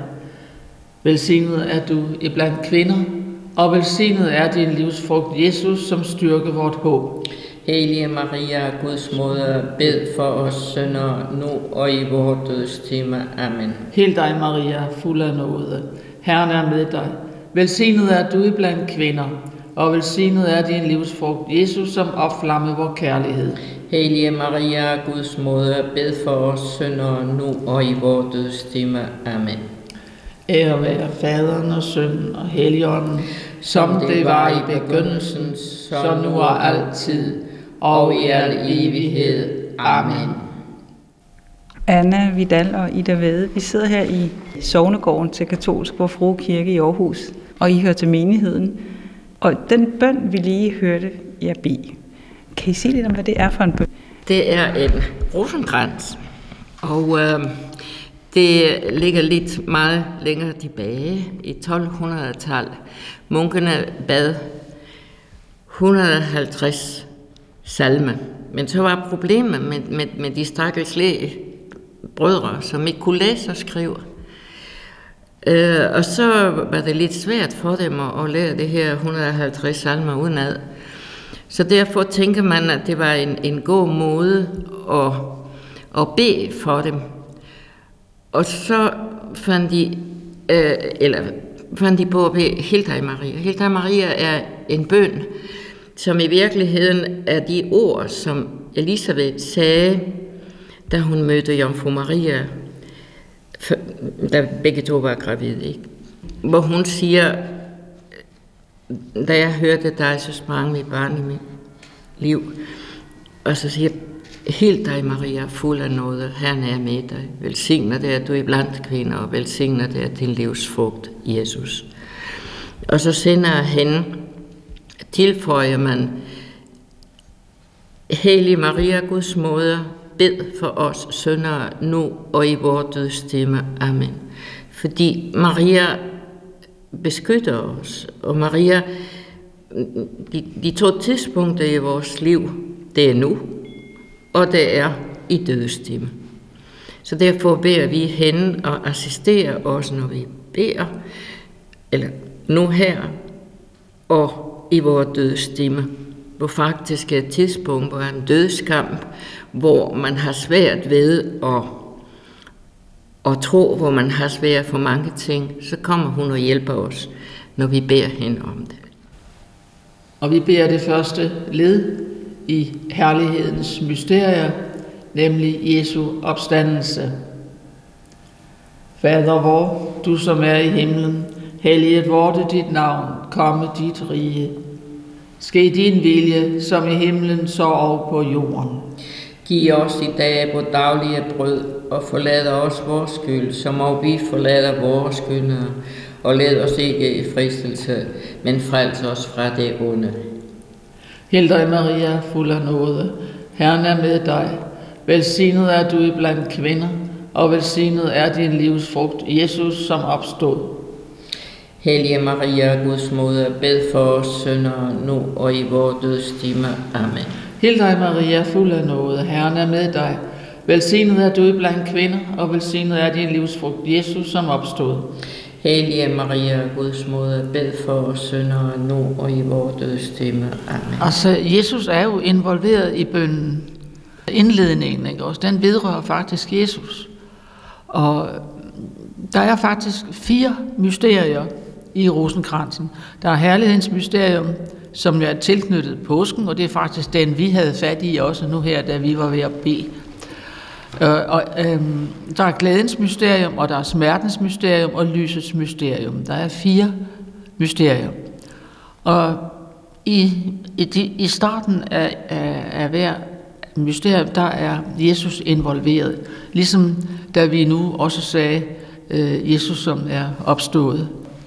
Velsignet er du iblandt kvinder, og velsignet er din livsfrugt, Jesus, som styrker vort håb. Hellige Maria, Guds moder, bed for os syndere nu og i vor dødstime. Amen. Til dig, Maria, fuld af nåde, Herren er med dig. Velsignet er du iblandt kvinder, og velsignet er din livsfrugt, Jesus, som opflammer vor kærlighed. Hellige Maria, Guds moder, bed for os syndere nu og i vor dødstime. Amen. Ære være Faderen og Sønnen og Helligånden, som det var i begyndelsen, så nu og altid, og i al evighed. Amen. Anna Vidal og Ida Væde, vi sidder her i sognegården til Katolsk Vor Frue Kirke i Aarhus, og I hører til menigheden. Og den bøn, vi lige hørte jer bede, kan I sige lidt om, hvad det er for en bøn? Det er en rosenkrans, og øh, det ligger lidt meget længere tilbage i tolv hundrede-tallet. Munkene bad et hundrede og halvtreds salme, men så var problemet med, med, med de stakkelslige brødre, som ikke kunne læse og skrive. Øh, og så var det lidt svært for dem at, at lære det her et hundrede og halvtreds salmer udenad. Så derfor tænker man, at det var en, en god måde at, at bede for dem. Og så fandt de, øh, eller fandt de på at bede Hail dig Maria. Hail dig Maria er en bøn, som i virkeligheden er de ord, som Elisabeth sagde, da hun mødte Jomfru Maria, da begge to var gravide, ikke? Hvor hun siger, da jeg hørte dig, så sprang mit barn i mit liv. Og så siger Hail dig Maria, fuld af nåde, Herren er med dig. Velsignet er du iblandt kvinder, og velsignet er din livsfrugt, Jesus. Og så senere hen tilføjer man, Hellige Maria, Guds moder, bed for os syndere nu og i vor dødstime. Amen. Fordi Maria beskytter os, og Maria, de, de to tidspunkter i vores liv, det er nu, og det er i dødstime. Så derfor beder vi hende og assisterer os, når vi beder, eller nu her, og i vores dødstime, hvor faktisk er et tidspunkt, hvor er en dødskamp, hvor man har svært ved at, at tro, hvor man har svært for mange ting, så kommer hun og hjælper os, når vi beder hende om det. Og vi beder det første led i herlighedens mysterier, nemlig Jesu opstandelse. Fader vor, du som er i himlen, helliget vorte dit navn, komme dit rige. Ske din vilje, som i himlen, så og på jorden. Giv os i dag vores daglige brød, og forlad os vores skyld, som og vi forlader vores skyldnere. Og led os ikke i fristelse, men frels os fra det onde. Hail dig Maria, fuld af nåde, Herren er med dig. Velsignet er du iblandt kvinder, og velsignet er din livsfrugt, Jesus, som opstod. Hellige Maria, Guds moder, bed for os syndere nu og i vor dødstime. Amen. Hail dig Maria, fuld af nåde, Herren er med dig. Velsignet er du iblandt kvinder, og velsignet er din livsfrugt, Jesus, som opstod. Hellige Maria, Guds moder, bed for os syndere nu og i vor dødstime. Amen. Altså, Jesus er jo involveret i bønnen. Indledningen, ikke også? Den vedrører faktisk Jesus. Og der er faktisk fire mysterier i rosenkransen. Der er herlighedens mysterium, som er tilknyttet påsken, og det er faktisk den, vi havde fat i også nu her, da vi var ved at bede. Øh, og, øh, der er glædens mysterium, og der er smertens mysterium, og lysets mysterium. Der er fire mysterier. Og i, i, i starten af, af, af hver mysterium, der er Jesus involveret. Ligesom da vi nu også sagde, øh, Jesus som er opstået.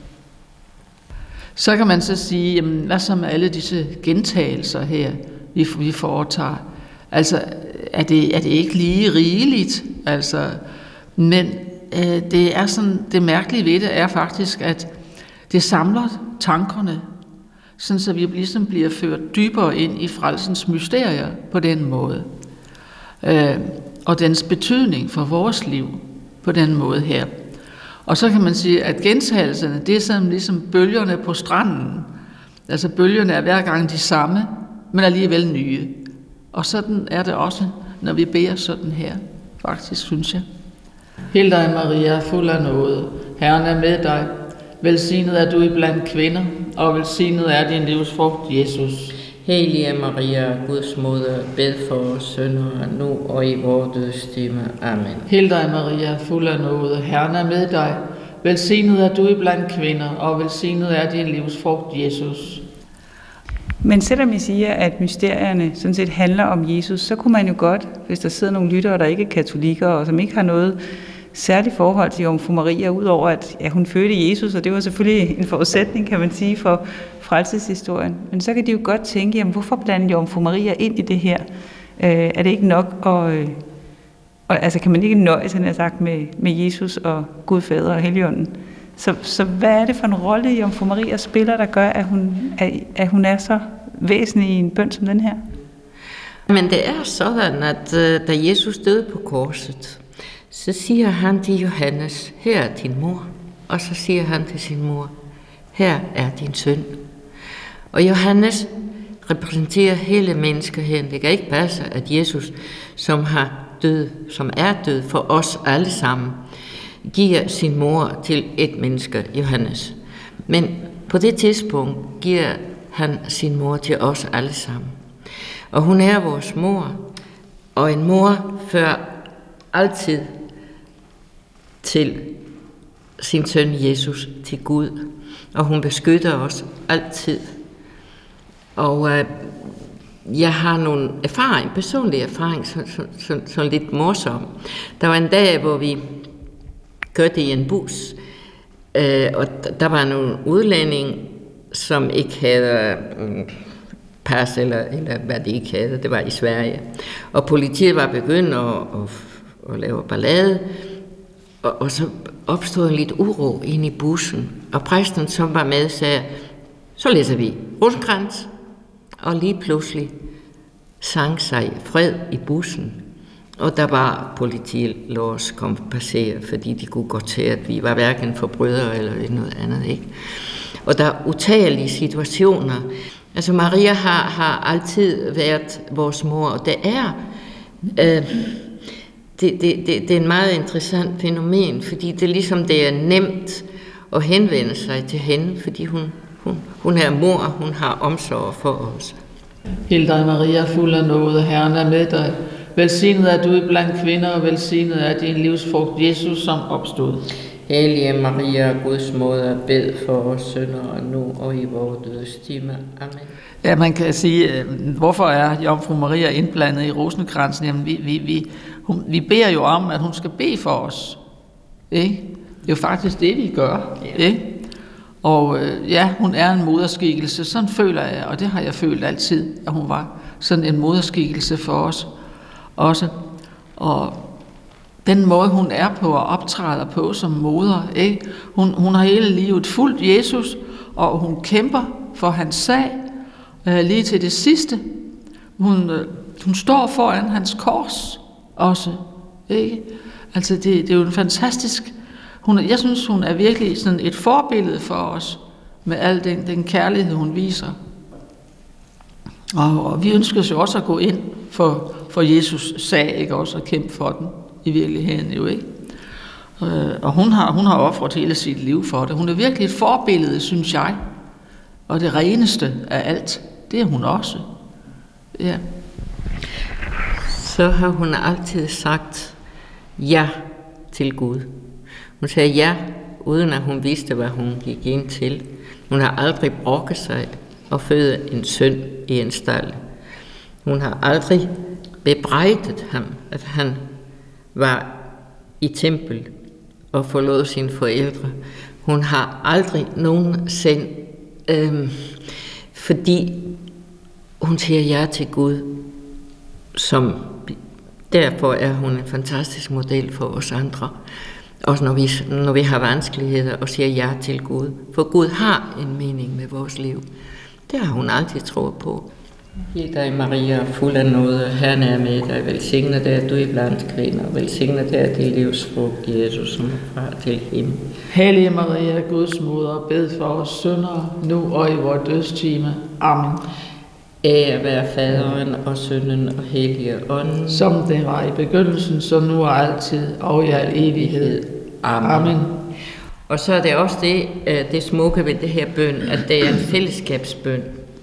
Så kan man så sige, jamen, hvad så med alle disse gentagelser her, vi, vi foretager? Altså, er det, er det ikke lige rigeligt? Altså, men øh, det er sådan, det mærkelige ved det er faktisk, at det samler tankerne, sådan så vi ligesom bliver ført dybere ind i frelsens mysterier på den måde. Øh, og dens betydning for vores liv på den måde her. Og så kan man sige, at gentagelserne, det er sådan ligesom bølgerne på stranden. Altså bølgerne er hver gang de samme, men alligevel nye. Og sådan er det også, når vi beder sådan her, faktisk, synes jeg. Hail dig Maria, fuld af nåde, Herren er med dig. Velsignet er du iblandt kvinder, og velsignet er din livsfrugt, Jesus. Hellige Maria, Guds moder, bed for os syndere nu og i vor dødstime. Amen. Hail dig Maria, fuld af nåde, Herren er med dig. Velsignet er du iblandt kvinder, og velsignet er din livsfrugt, Jesus. Men selvom I siger, at mysterierne sådan set handler om Jesus, så kunne man jo godt, hvis der sidder nogle lyttere, der ikke er katolikker, og som ikke har noget særligt forhold til Jomfru Maria, udover at ja, hun fødte Jesus, og det var selvfølgelig en forudsætning, kan man sige, for frelseshistorien. Men så kan de jo godt tænke, jamen, hvorfor blande Jomfru Maria ind i det her? Øh, er det ikke nok, og, øh, og altså kan man ikke nøjes, han har sagt, med, med Jesus og Gud Fader og Helligånden? Så, så hvad er det for en rolle, Jomfru Maria spiller, der gør, at hun, at, at hun er så væsentlig i en bøn som den her? Men det er sådan, at da Jesus døde på korset, så siger han til Johannes, her er din mor. og så siger han til sin mor, her er din søn. Og Johannes repræsenterer hele menneskeheden. Det kan ikke passe, at Jesus, som har død, som er død for os alle sammen, giver sin mor til et menneske, Johannes. Men på det tidspunkt giver han sin mor til os alle sammen. Og hun er vores mor, og en mor fører altid til sin søn Jesus, til Gud. Og hun beskytter os altid. Og øh, jeg har nogle erfaring, personlige erfaring, så, så, så, så lidt morsom. Der var en dag, hvor vi kørte i en bus, øh, og der var nogle udlændinge, som ikke havde øh, pas, eller, eller hvad de ikke havde, det var i Sverige. Og politiet var begyndt at, at, at lave ballade, og, og så opstod en lidt uro inde i bussen. Og præsten, som var med, sagde, så læser vi Rosenkrantz. Og lige pludselig sang sig fred i bussen. Og der var politilås kom passere, fordi de kunne godt se, at vi var hverken forbrydere eller noget andet, ikke? Og der er utallige situationer. Altså Maria har, har altid været vores mor, og det er, øh, det, det, det, det er en meget interessant fænomen, fordi det er ligesom det er nemt at henvende sig til hende, fordi hun, hun, hun er mor, og hun har omsorg for os. Hil dig, Maria, fuld af nåde, Herren er med dig. Velsignet er du blandt kvinder, og velsignet er din livsfrugt, Jesus, som opstod. Hellige Maria, Guds moder, bed for os syndere nu og i vores dødstime. Amen. Ja, man kan sige, hvorfor er Jomfru Maria indblandet i rosenkransen? Jamen, vi, vi, vi, hun, vi beder jo om, at hun skal bede for os. Ikke? Det er jo faktisk det, vi gør. Ja. Ikke? Og øh, ja, hun er en moderskikkelse, sådan føler jeg, og det har jeg følt altid, at hun var sådan en moderskikkelse for os også. Og den måde, hun er på og optræder på som moder, ikke? Hun, hun har hele livet fulgt Jesus, og hun kæmper for hans sag øh, lige til det sidste. Hun, øh, hun står foran hans kors også, ikke? Altså det, det er jo en fantastisk. Hun, jeg synes, hun er virkelig sådan et forbillede for os med al den, den kærlighed, hun viser. Og, og vi ønsker jo også at gå ind for, for Jesus sag, ikke også, at kæmpe for den i virkeligheden jo, ikke? Øh, og hun har, hun har offret hele sit liv for det. Hun er virkelig et forbillede, synes jeg. Og det reneste af alt, det er hun også. Ja. Så har hun altid sagt ja til Gud. Hun sagde ja, uden at hun vidste, hvad hun gik ind til. Hun har aldrig brokket sig og født en søn i en stald. Hun har aldrig bebrejdet ham, at han var i tempel og forlod sine forældre. Hun har aldrig nogensinde, øhm, fordi hun siger ja til Gud, som derfor er hun en fantastisk model for os andre. Også når vi, når vi har vanskeligheder og siger ja til Gud. For Gud har en mening med vores liv. Det har hun altid troet på. Giv dig, Maria, fuld af nåde, Herren er med dig. Velsignet er du iblandt kvinder. Velsignet er din livsfrugt, Jesus, som er fra til himmel. Hellige Maria, Guds moder, bed for os syndere, nu og i vores dødstime. Amen. Ære være faderen og sønnen og hellige ånden. Som det var i begyndelsen, så nu og altid, og i al evighed. Amen. Amen. Og så er det også det, det smukke ved det her bøn, at det er en fællesskabsbøn.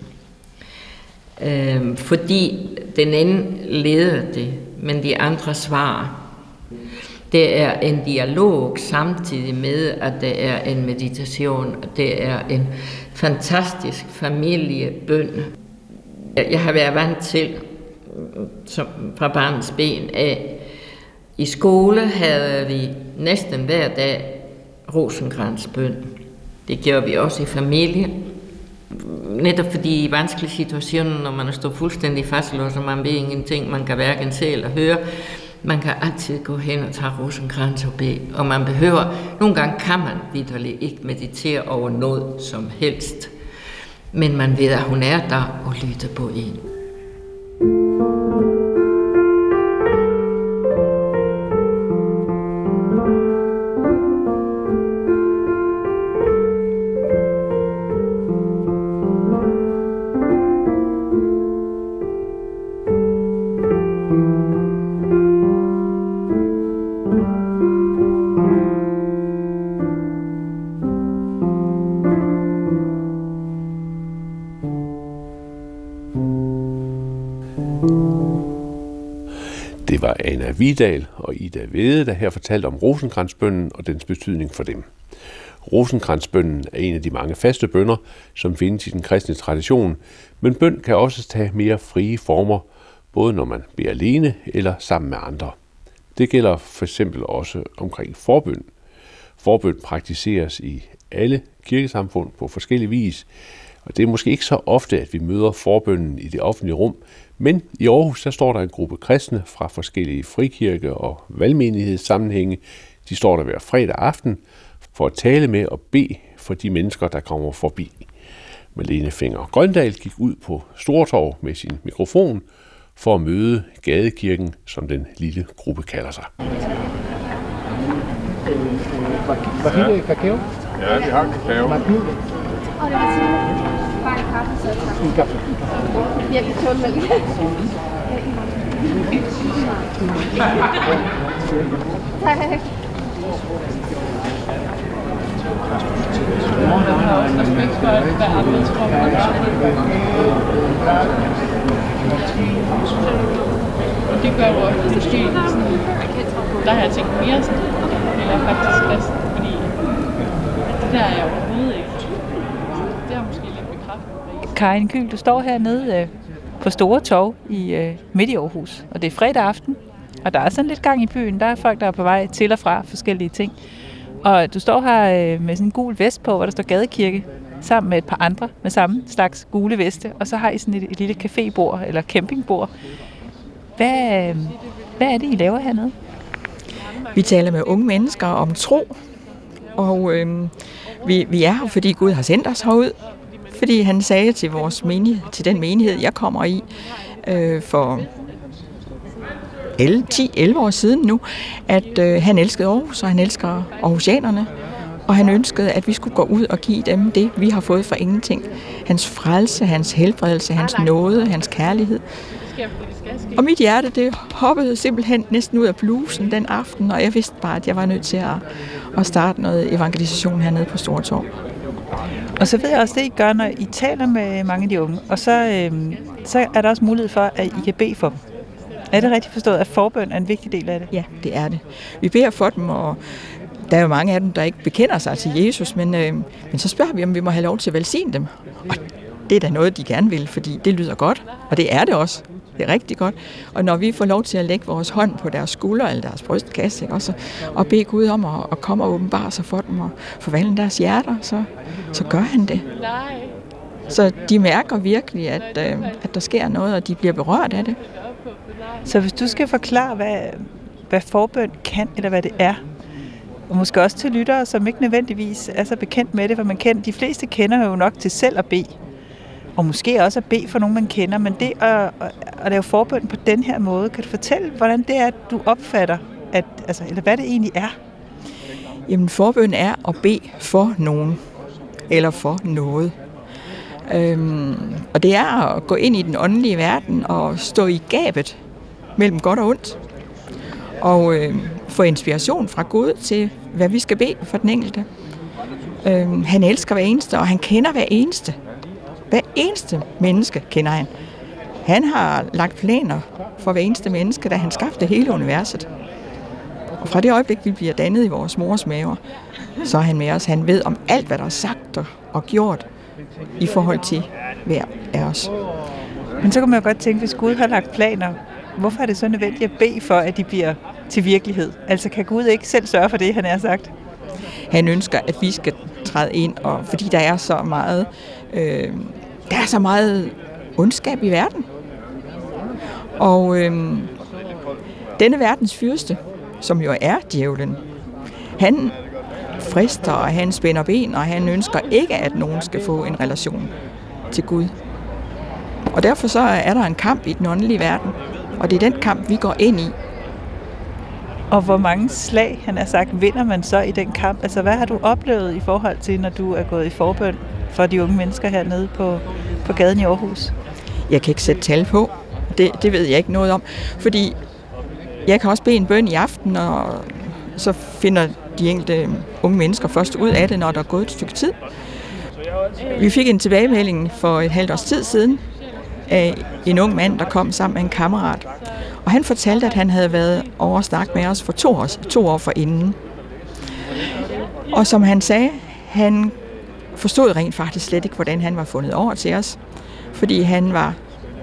Øhm, fordi den ene leder det, men de andre svarer. Det er en dialog samtidig med, at det er en meditation. Det er en fantastisk familiebøn. Jeg har været vant til, som fra barnets ben af, i skole havde vi næsten hver dag rosenkrantzbøn. Det gjorde vi også i familie. Netop fordi i vanskelige situationer, når man er stået fuldstændig fastlåst, og man ved ingenting, man kan hverken se eller høre, man kan altid gå hen og tage rosenkrantz og bede. Og man behøver, nogle gange kan man vitterligt ikke meditere over noget som helst. Men man ved, at hun er der og lytter på en. Det var Anna Vidal og Ida Vede, der her fortalte om rosenkransbønnen og dens betydning for dem. Rosenkransbønnen er en af de mange faste bønner, som findes i den kristne tradition, men bøn kan også tage mere frie former, både når man beder alene eller sammen med andre. Det gælder for eksempel også omkring forbøn. Forbøn praktiseres i alle kirkesamfund på forskellig vis, og det er måske ikke så ofte, at vi møder forbønnen i det offentlige rum, men i Aarhus der står der en gruppe kristne fra forskellige frikirke- og valgmenighedssammenhænge. De står der hver fredag aften for at tale med og bede for de mennesker, der kommer forbi. Malene Fenger Grøndal gik ud på Stortorv med sin mikrofon for at møde Gadekirken, som den lille gruppe kalder sig. Var det kakao? Ja, vi har kakao. Var det gul? Og det var sådan, bare en kaffe, så tak. En kaffe. Jeg kan tåle mælk. Tak. Det gør jo også måske sådan, der har jeg tænkt mere sådan, eller faktisk kristen, fordi det der er jeg overhovedet ikke. Det har måske lidt bekræftet. Karin Kyhl, du står hernede på Store Torv i midt i Aarhus, og det er fredag aften, og der er sådan lidt gang i byen. Der er folk, der er på vej til og fra forskellige ting. Og du står her med sådan en gul vest på, hvor der står Gadekirke, sammen med et par andre med samme slags gule veste, og så har I sådan et, et lille cafébord eller campingbord. Hvad, hvad er det, I laver hernede? Vi taler med unge mennesker om tro, og øh, vi, vi er her, fordi Gud har sendt os herud, fordi han sagde til vores menighed, til den menighed, jeg kommer i, øh, for ti elleve år siden nu, at øh, han elskede Aarhus, og han elsker aarhusianerne, og han ønskede, at vi skulle gå ud og give dem det, vi har fået for ingenting. Hans frelse, hans helbredelse, hans nåde, hans kærlighed. Og mit hjerte, det hoppede simpelthen næsten ud af blusen den aften, og jeg vidste bare, at jeg var nødt til at, at starte noget evangelisation hernede på Store Torv. Og så ved jeg også det, I gør, når I taler med mange af de unge, og så, øhm, så er der også mulighed for, at I kan bede for dem. Er det rigtigt forstået, at forbøn er en vigtig del af det? Ja, det er det. Vi beder for dem, og der er jo mange af dem, der ikke bekender sig til Jesus, men, øh, men så spørger vi, om vi må have lov til at velsigne dem. Og det er da noget, de gerne vil, fordi det lyder godt, og det er det også. Det er rigtig godt. Og når vi får lov til at lægge vores hånd på deres skulder eller deres brystkasse, ikke, også, og bede Gud om at, at komme og åbenbare sig for dem og forvandle deres hjerter, så, så gør han det. Så de mærker virkelig, at, øh, at der sker noget, og de bliver berørt af det. Så hvis du skal forklare, hvad, hvad forbøn kan, eller hvad det er, og måske også til lyttere, som ikke nødvendigvis er så bekendt med det, for man kender, de fleste kender jo nok til selv at bede, og måske også at bede for nogen, man kender, men det at, at, at lave forbøn på den her måde, kan du fortælle, hvordan det er, at du opfatter, at, altså, eller hvad det egentlig er? Jamen, forbøn er at bede for nogen, eller for noget. Øhm, og det er at gå ind i den åndelige verden og stå i gabet mellem godt og ondt, og øh, få inspiration fra Gud til, hvad vi skal bede for den enkelte. Øhm, han elsker hver eneste, og han kender hver eneste. Hver eneste menneske kender han. Han har lagt planer for hver eneste menneske, da han skabte hele universet. Og fra det øjeblik, vi bliver dannet i vores mors maver, så er han med os. Han ved om alt, hvad der er sagt og gjort i forhold til hver af os. Men så kan man jo godt tænke, hvis Gud har lagt planer, hvorfor er det så nødvendigt at bede for, at de bliver til virkelighed? Altså kan Gud ikke selv sørge for det, han har sagt? Han ønsker, at vi skal træde ind, og fordi der er så meget, øh, der er så meget ondskab i verden. Og øh, denne verdens fyrste, som jo er djævlen, han frister, og han spænder ben, og han ønsker ikke, at nogen skal få en relation til Gud. Og derfor så er der en kamp i den åndelige verden, og det er den kamp, vi går ind i. Og hvor mange slag, han har sagt, vinder man så i den kamp? Altså, hvad har du oplevet i forhold til, når du er gået i forbøn for de unge mennesker hernede på, på gaden i Aarhus? Jeg kan ikke sætte tal på. Det, det ved jeg ikke noget om. Fordi jeg kan også bede en bøn i aften, og så finder de enkelte unge mennesker først ud af det, når der er gået et stykke tid. Vi fik en tilbagemelding for et halvt års tid siden af en ung mand, der kom sammen med en kammerat. Og han fortalte, at han havde været over at snakke med os for to år, to år forinden. Og som han sagde, han forstod rent faktisk slet ikke, hvordan han var fundet over til os. Fordi han var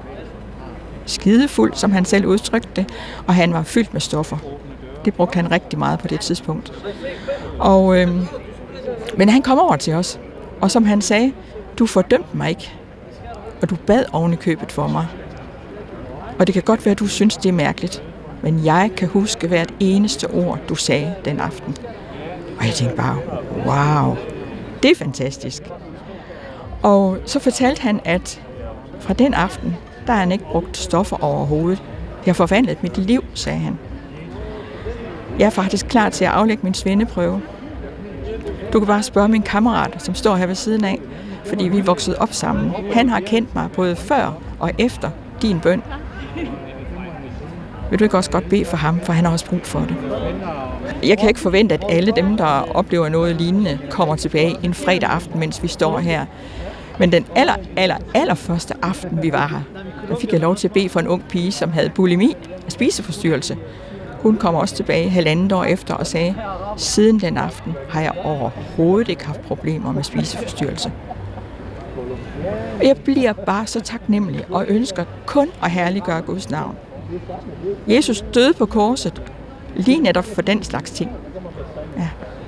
skidefuld, som han selv udtrykte det, og han var fyldt med stoffer. Det brugte han rigtig meget på det tidspunkt. Og, øh, men han kom over til os, og som han sagde, du fordømte mig ikke, og du bad oven i købet for mig. Og det kan godt være, at du synes, det er mærkeligt, men jeg kan huske hvert eneste ord, du sagde den aften. Og jeg tænkte bare, wow, det er fantastisk. Og så fortalte han, at fra den aften, der har han ikke brugt stoffer overhovedet. Det har forvandlet mit liv, sagde han. Jeg er faktisk klar til at aflægge min svendeprøve. Du kan bare spørge min kammerat, som står her ved siden af, fordi vi er vokset op sammen. Han har kendt mig både før og efter din bøn. Vil du ikke også godt bede for ham, for han har også brug for det. Jeg kan ikke forvente, at alle dem, der oplever noget lignende, kommer tilbage en fredag aften, mens vi står her. Men den aller, aller, aller første aften, vi var her, der fik jeg lov til at bede for en ung pige, som havde bulimi, spiseforstyrrelse. Hun kom også tilbage halvandet år efter og sagde, siden den aften har jeg overhovedet ikke haft problemer med spiseforstyrrelse. Jeg bliver bare så taknemmelig og ønsker kun at herliggøre Guds navn. Jesus døde på korset lige netop for den slags ting. Ja.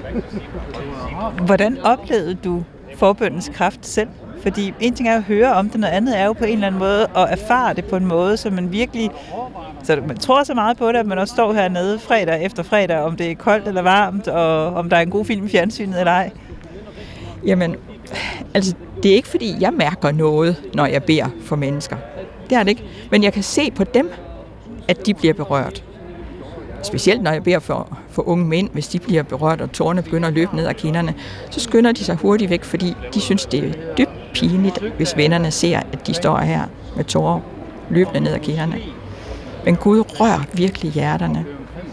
Hvordan oplevede du forbøndens kraft selv? Fordi en ting er at høre om det, noget andet er jo på en eller anden måde at erfare det på en måde, så man virkelig, så man tror så meget på det, at man også står hernede fredag efter fredag, om det er koldt eller varmt, og om der er en god film i fjernsynet eller ej. Jamen, altså det er ikke fordi, jeg mærker noget, når jeg beder for mennesker. Det er det ikke. Men jeg kan se på dem, at de bliver berørt. Specielt når jeg beder for, for unge mænd, hvis de bliver berørt, og tårerne begynder at løbe ned ad kinderne, så skynder de sig hurtigt væk, fordi de synes, det er dybt pinligt, hvis vennerne ser, at de står her med tårer løbende ned ad kinderne. Men Gud rører virkelig hjerterne.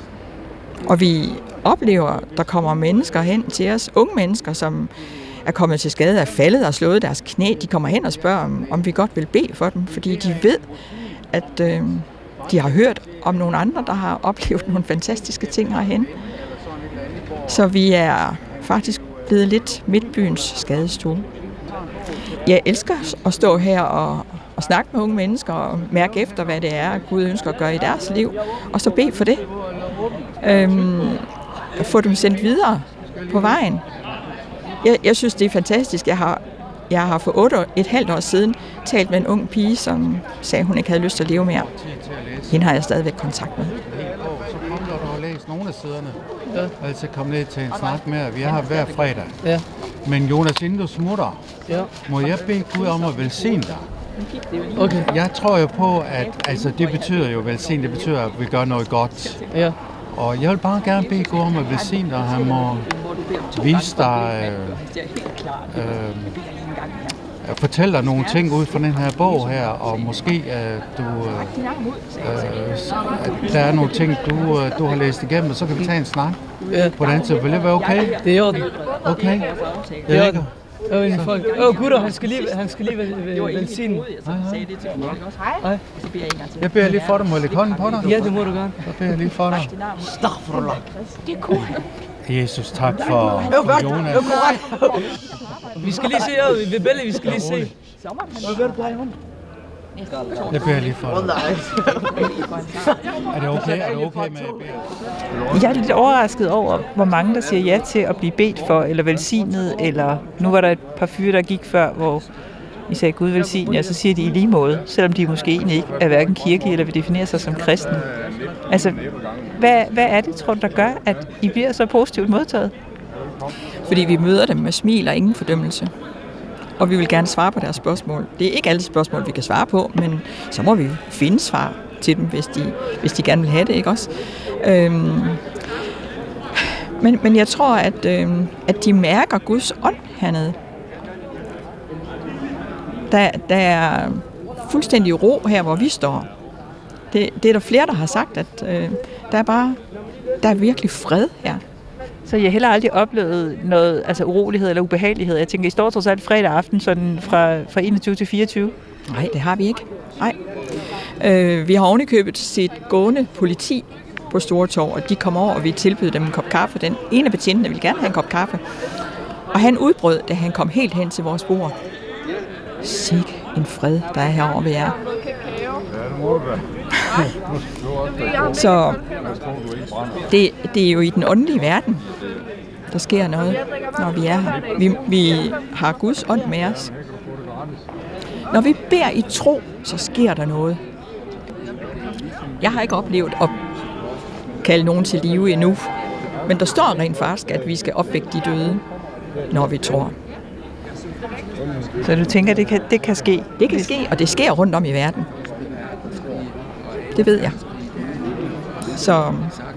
Og vi oplever, der kommer mennesker hen til os, unge mennesker, som er kommet til skade, er faldet og slået deres knæ. De kommer hen og spørger, om, om vi godt vil bede for dem, fordi de ved, at øh, de har hørt om nogle andre, der har oplevet nogle fantastiske ting herhen. Så vi er faktisk blevet lidt midtbyens skadestue. Jeg elsker at stå her og, og snakke med unge mennesker og mærke efter, hvad det er, Gud ønsker at gøre i deres liv, og så bede for det. Øhm, få dem sendt videre på vejen. Jeg, jeg synes, det er fantastisk. Jeg har, jeg har for otte, et halvt år siden talt med en ung pige, som sagde, hun ikke havde lyst til at leve mere. Hende har jeg stadigvæk kontakt med. Så kom der, du har læst nogle af siderne. Ja. Altså kom ned til en snak med, vi er her hver fredag. Ja. Men Jonas, inden du smutter, ja. må jeg bede Gud om at velsigne dig? Okay. Jeg tror jo på, at altså, det betyder jo velsigne, det betyder, at vi gør noget godt. Ja. Og jeg vil bare gerne bede Gud om at velsigne dig. Han må vise dig, øh, øh, fortælle dig nogle ting ud fra den her bog her, og måske at du, øh, øh, der er nogle ting, du, du har læst igennem, og så kan vi tage en snak på den tid. Vil det være okay? Det er i orden. Okay. Det er orden. Åh, oh, folk. Åh, gutter, han skal lige, han skal lige velsigne. Hej, hej. Jeg beder lige for dig. Må jeg lægge hånden på dig? Ja, det må du gerne. Så beder jeg lige for dig. Astaghfirullah. Det er cool. Jesus, tak for, for Jonas. Vi skal lige se, vi vil bælge, vi skal lige se. Jeg beder lige for dig. Er det okay? Er det okay med, at jeg er lidt overrasket over, hvor mange der siger ja til at blive bedt for, eller velsignet, eller nu var der et par fyre, der gik før, hvor I sagde Gud velsigne jer, så siger de i lige måde, selvom de måske egentlig ikke er hverken kirkelige eller vil definere sig som kristne. Altså, hvad, hvad er det, tror du, der gør, at I bliver så positivt modtaget? Fordi vi møder dem med smil og ingen fordømmelse. Og vi vil gerne svare på deres spørgsmål. Det er ikke alle spørgsmål, vi kan svare på, men så må vi finde svar til dem, hvis de, hvis de gerne vil have det, ikke også? Øhm, men, men jeg tror, at, øhm, at de mærker Guds ånd hernede. Der, der er fuldstændig ro her, hvor vi står. Det, det er der flere, der har sagt, at øh, der er bare der er virkelig fred her. Så jeg har heller aldrig oplevet noget, altså urolighed eller ubehagelighed. Jeg tænker, I står trods alt fredag aften sådan fra, fra enogtyve til fireogtyve? Nej, det har vi ikke. Nej. Øh, vi har ovenikøbet set gående politi på Store Torv, og de kom over, og vi tilbød dem en kop kaffe. Den ene af betjentene ville gerne have en kop kaffe. Og han udbrød, da han kom helt hen til vores bord. Sig en fred, der er herovre ved jer. Så det, det er jo i den åndelige verden, der sker noget, når vi er her. Vi, vi har Guds ånd med os. Når vi beder i tro, så sker der noget. Jeg har ikke oplevet at kalde nogen til live endnu, men der står rent faktisk, at vi skal opvække de døde, når vi tror. Så du tænker, det kan, det kan ske? Det kan ske, og det sker rundt om i verden. Det ved jeg. Så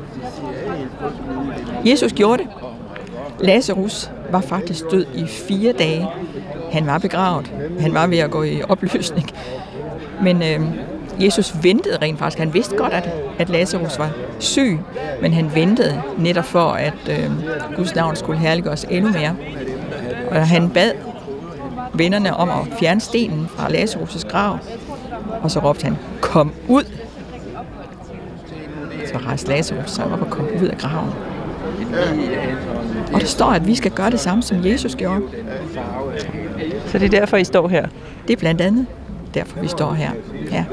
Jesus gjorde det. Lazarus var faktisk død i fire dage. Han var begravet. Han var ved at gå i opløsning. Men øh, Jesus ventede rent faktisk. Han vidste godt, at, at Lazarus var syg, men han ventede netop for, at øh, Guds navn skulle herliggøres endnu mere. Og han bad vennerne om at fjerne stenen fra Lazarus' grav, og så råbte han, kom ud! Så rejste Lazarus sig op og kom ud af graven. Og der står, at vi skal gøre det samme, som Jesus gjorde. Så det er derfor, I står her? Det er blandt andet derfor, vi står her. Ja.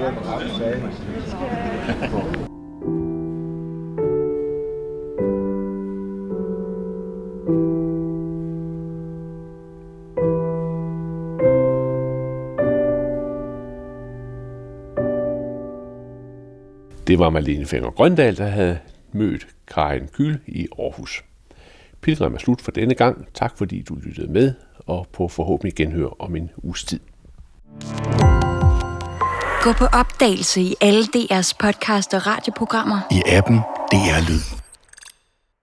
Det var Malene Fenger Grøndal, der havde mødt Karin Kyhl i Aarhus. Pilgrim er slut for denne gang. Tak fordi du lyttede med, og på forhåbentlig genhør om en uges tid. Gå på opdagelse i alle D R's podcast og radioprogrammer. I appen D R Lyd.